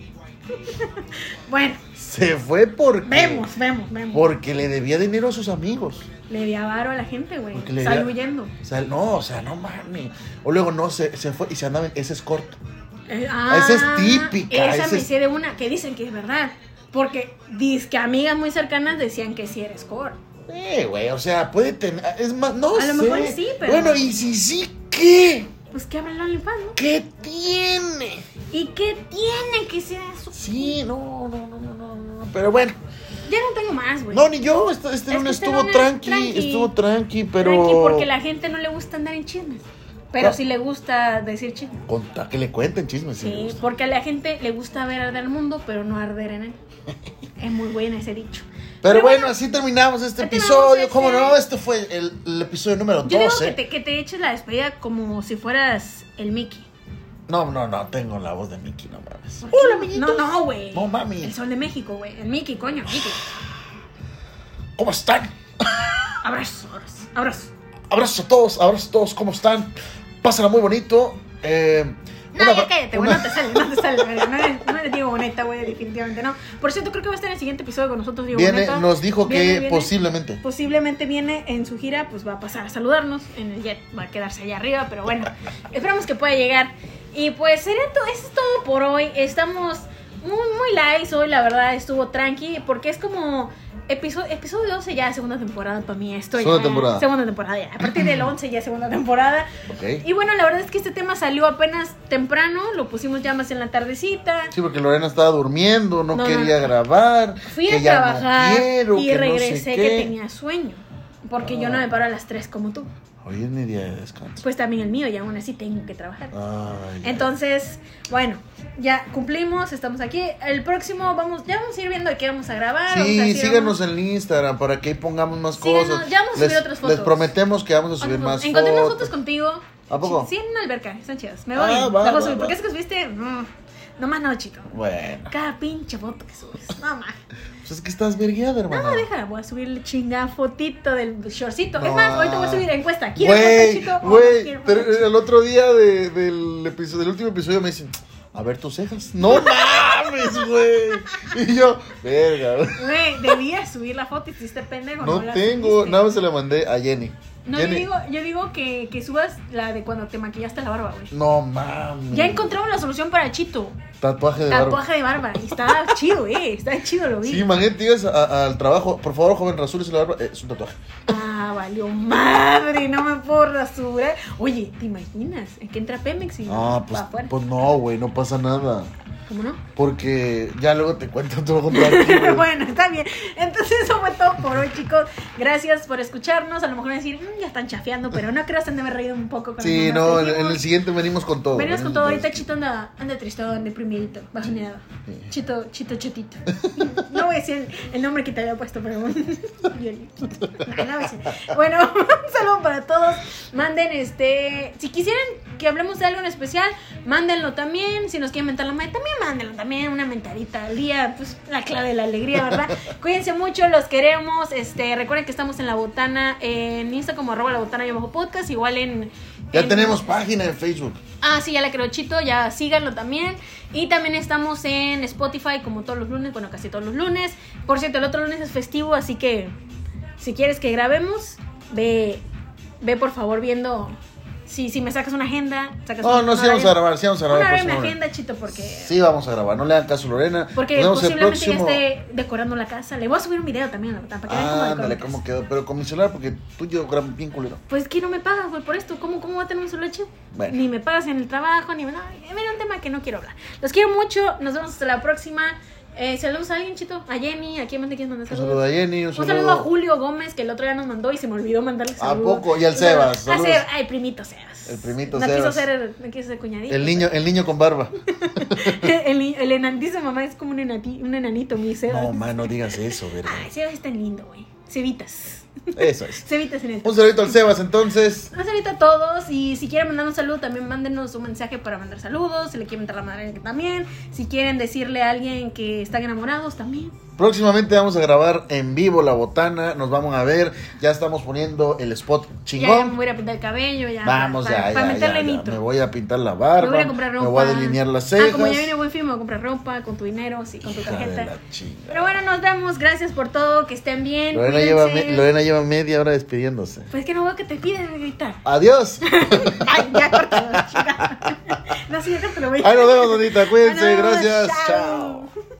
Bueno, Se fue porque vemos, vemos, vemos. porque le debía dinero a sus amigos. Le di avaro a la gente, güey. Porque le Salió di- huyendo. O sea, no, o sea, no mames. O luego no, se, se fue y se andaba en ese es corto. Eh, Esa es típica, Esa esa me es- sé de una que dicen que es verdad. Porque dice que amigas muy cercanas decían que sí eres core. Eh, güey, o sea, puede tener, es más, no A sé. lo mejor sí, pero- Bueno, y si sí, ¿qué? Pues que habla el OnlyFans, ¿no? ¿Qué tiene? ¿Y qué tiene que ser eso? Sí, no, no, no, no, no, no, pero bueno. Ya no tengo más, güey. No, ni yo, este, este Es lunes que este estuvo lunes, tranqui, tranqui. estuvo tranqui, pero... Tranqui, porque la gente no le gusta andar en chismes. Pero No. sí le gusta decir chismes. Conta, que le cuenten chismes. si le Sí, gusta. porque a la gente le gusta ver arder el mundo, pero no arder en él. Es muy bueno ese dicho. Pero bueno, así terminamos este ya terminamos episodio. este- ¿Cómo no? Este fue el, el episodio número Yo digo doce. que te, que te eches la despedida como si fueras el Mickey. No, no, no, tengo la voz de Mickey, no mames. ¿Por qué? Hola, amiguitos. No, no, güey. No, mami. El sol de México, güey. El Mickey, coño, Mickey. ¿Cómo están? Abrazo, abrazo, abrazo. Abrazos a todos, abrazos a todos, ¿cómo están? Pásenla muy bonito. Eh, No, una- ya cállate, güey, una- no te sale, no te sale. güey. No eres, no eres Diego Boneta, güey, definitivamente no. Por cierto, creo que va a estar en el siguiente episodio con nosotros, Diego Viene, Boneta. nos dijo Viene, que viene. posiblemente. Posiblemente viene en su gira, pues va a pasar a saludarnos en el jet, va a quedarse allá arriba, pero bueno, esperamos que pueda llegar. Y pues sería todo, eso es todo por hoy. Estamos muy, muy light hoy, la verdad, estuvo tranqui, porque es como episodio, episodio doce ya segunda temporada para mí. Esto ya, Segunda temporada. Segunda temporada ya. A partir del once ya segunda temporada. Ok. Y bueno, la verdad es que este tema salió apenas temprano, lo pusimos ya más en la tardecita. Sí, porque Lorena estaba durmiendo, no, No, no, quería no. grabar. Fui que a ya trabajar no quiero, y que regresé no sé que qué. tenía sueño, porque yo Ah. no me paro a las tres como tú. Hoy es mi día de descanso. Pues también el mío, y aún así tengo que trabajar. Ay, ya. Entonces, bueno, ya cumplimos, estamos aquí. El próximo, vamos, ya vamos a ir viendo de qué vamos a grabar. vamos a Sí, decir, síganos vamos- en el Instagram para que ahí pongamos más Síganos, cosas. ya vamos a subir les, otras fotos. Les prometemos que vamos a subir Otras más fotos. Encontré unas fotos. fotos contigo. ¿A poco? Sí, en una alberca, están chidas. Me Ah, voy. va, las voy a va, subir. va. Porque es que subiste. mm, no más no, chito. Bueno, Cada pinche foto que subes. No más. pues es que estás vergueada, hermano. No, déjala, voy a subir el chingada fotito del shortcito. Es No. más, ahorita voy a subir encuesta. ¿Quieres Güey, foto, chito? o no güey, quieres pero foto, chito? el otro día de- del episodio, del último episodio me dicen, a ver tus cejas. No mames, güey. Y yo, verga, güey. Güey, debías subir la foto y hiciste pendejo. No la tengo, subiste. nada más se la mandé a Jenny. No, yo Jenny- digo, yo digo que, que subas la de cuando te maquillaste la barba, güey. No mames. Ya encontramos la solución para Chito. Tatuaje de barba. Tatuaje de barba. Y está chido, eh. Está chido, lo vi. Sí, imagínate, llegas a- al trabajo, por favor, joven, rasúrese la barba. Eh, es un tatuaje. Ah, valió madre, no me puedo rasurar. Oye, ¿te imaginas? ¿En qué entra Pemex y Ah, va pues, afuera? pues no, güey, no pasa nada. ¿Cómo no? Porque ya luego te cuento todo contra ti, güey. Bueno, está bien. Entonces eso fue todo por hoy, chicos. Gracias por escucharnos. A lo mejor van a decir, "Mm, ya están chafeando", pero no creo que han de haber reído un poco con Sí, las no, mamás en, que en el dijimos. siguiente venimos con todo. Venimos con venimos todo. Ahorita Chito anda, anda tristón, deprimidito, bajoneado. Chito, Chito, Chetito. No voy a decir el, el nombre que te había puesto, pero bueno. Violito. No, no voy a decir. Bueno, un saludo para todos. Manden este. Si quisieran que hablemos de algo en especial, mándenlo también. Si nos quieren mentar la madre, también mándenlo. También una mentadita al día, pues la clave de la alegría, ¿verdad? Cuídense mucho, los queremos. Este, recuerden que estamos en La Botana, en Insta como arroba La Botana y abajo podcast, igual en. Ya en- tenemos página en Facebook. Ah, sí, ya la creo, Chito, ya síganlo también. Y también estamos en Spotify como todos los lunes, bueno, casi todos los lunes. Por cierto, el otro lunes es festivo, así que si quieres que grabemos, ve, ve por favor viendo. Si, si me sacas una agenda, sacas No, una, no, una sí vamos a hora- grabar, sí vamos a grabar. Una hora en mi próximamente. agenda, Chito, porque... Sí, vamos a grabar, no le hagan caso a Lorena. Porque Nos vemos el posiblemente próximo. ya esté decorando la casa. Le voy a subir un video también a la botana para que vean cómo Ah, decoro ándale, mi casa. cómo quedó. Pero con mi celular, porque tú y yo grabo bien culero. Pues que no me pagas, güey, por esto. ¿Cómo, ¿Cómo va a tener un celular chido? Bueno. Ni me pagas en el trabajo, ni me... No, mira, un tema que no quiero hablar. Los quiero mucho, nos vemos hasta la próxima. Eh, saludos a alguien, Chito. A Jenny, ¿a quién más te quieres mandar Un saludos? saludo a Jenny, un Un saludo, saludo a Julio Gómez, que el otro día nos mandó y se me olvidó mandarle ¿A saludos. poco? Y al Un saludo- Sebas, A saludos. Sebas, ay, primito Sebas. El primito no Quiso Sebas. ser, no quiso ser cuñadito. El niño, el niño con barba. el, el, el enan, dice mamá, es como un, enati, un enanito, mi Sebas. No, man, no digas eso, verga. Ay, Sebas es tan lindo, güey. Cevitas. Eso es. Cevitas en el... Un saludito al Sebas, entonces. Un saludito a todos y si quieren mandar un saludo también mándenos un mensaje para mandar saludos, si le quieren mentar la madre también, si quieren decirle a alguien que están enamorados también. Próximamente vamos a grabar en vivo La Botana, nos vamos a ver, ya estamos poniendo el spot Ya, ya me chingón. voy a pintar el cabello, ya. Vamos, para, ya, para ya, meterle ya, ya. nitro. Me voy a pintar la barba, Me voy a comprar ropa. me voy a delinear las Ah, cejas. como ya viene buen film, me voy a comprar ropa con tu dinero, sí, con tu Hija de tarjeta. la chinga. Pero bueno, nos vemos, gracias por todo, que estén bien. Lorena cuídense. lleva, me- Lorena lleva media hora despidiéndose. Pues que no veo que te piden gritar. Adiós. Ay, ya córtalo, chica. No, sí, ya córtalo, güey. Ahí nos vemos, bonita. Cuídense. Bueno, Gracias. chao. Chao.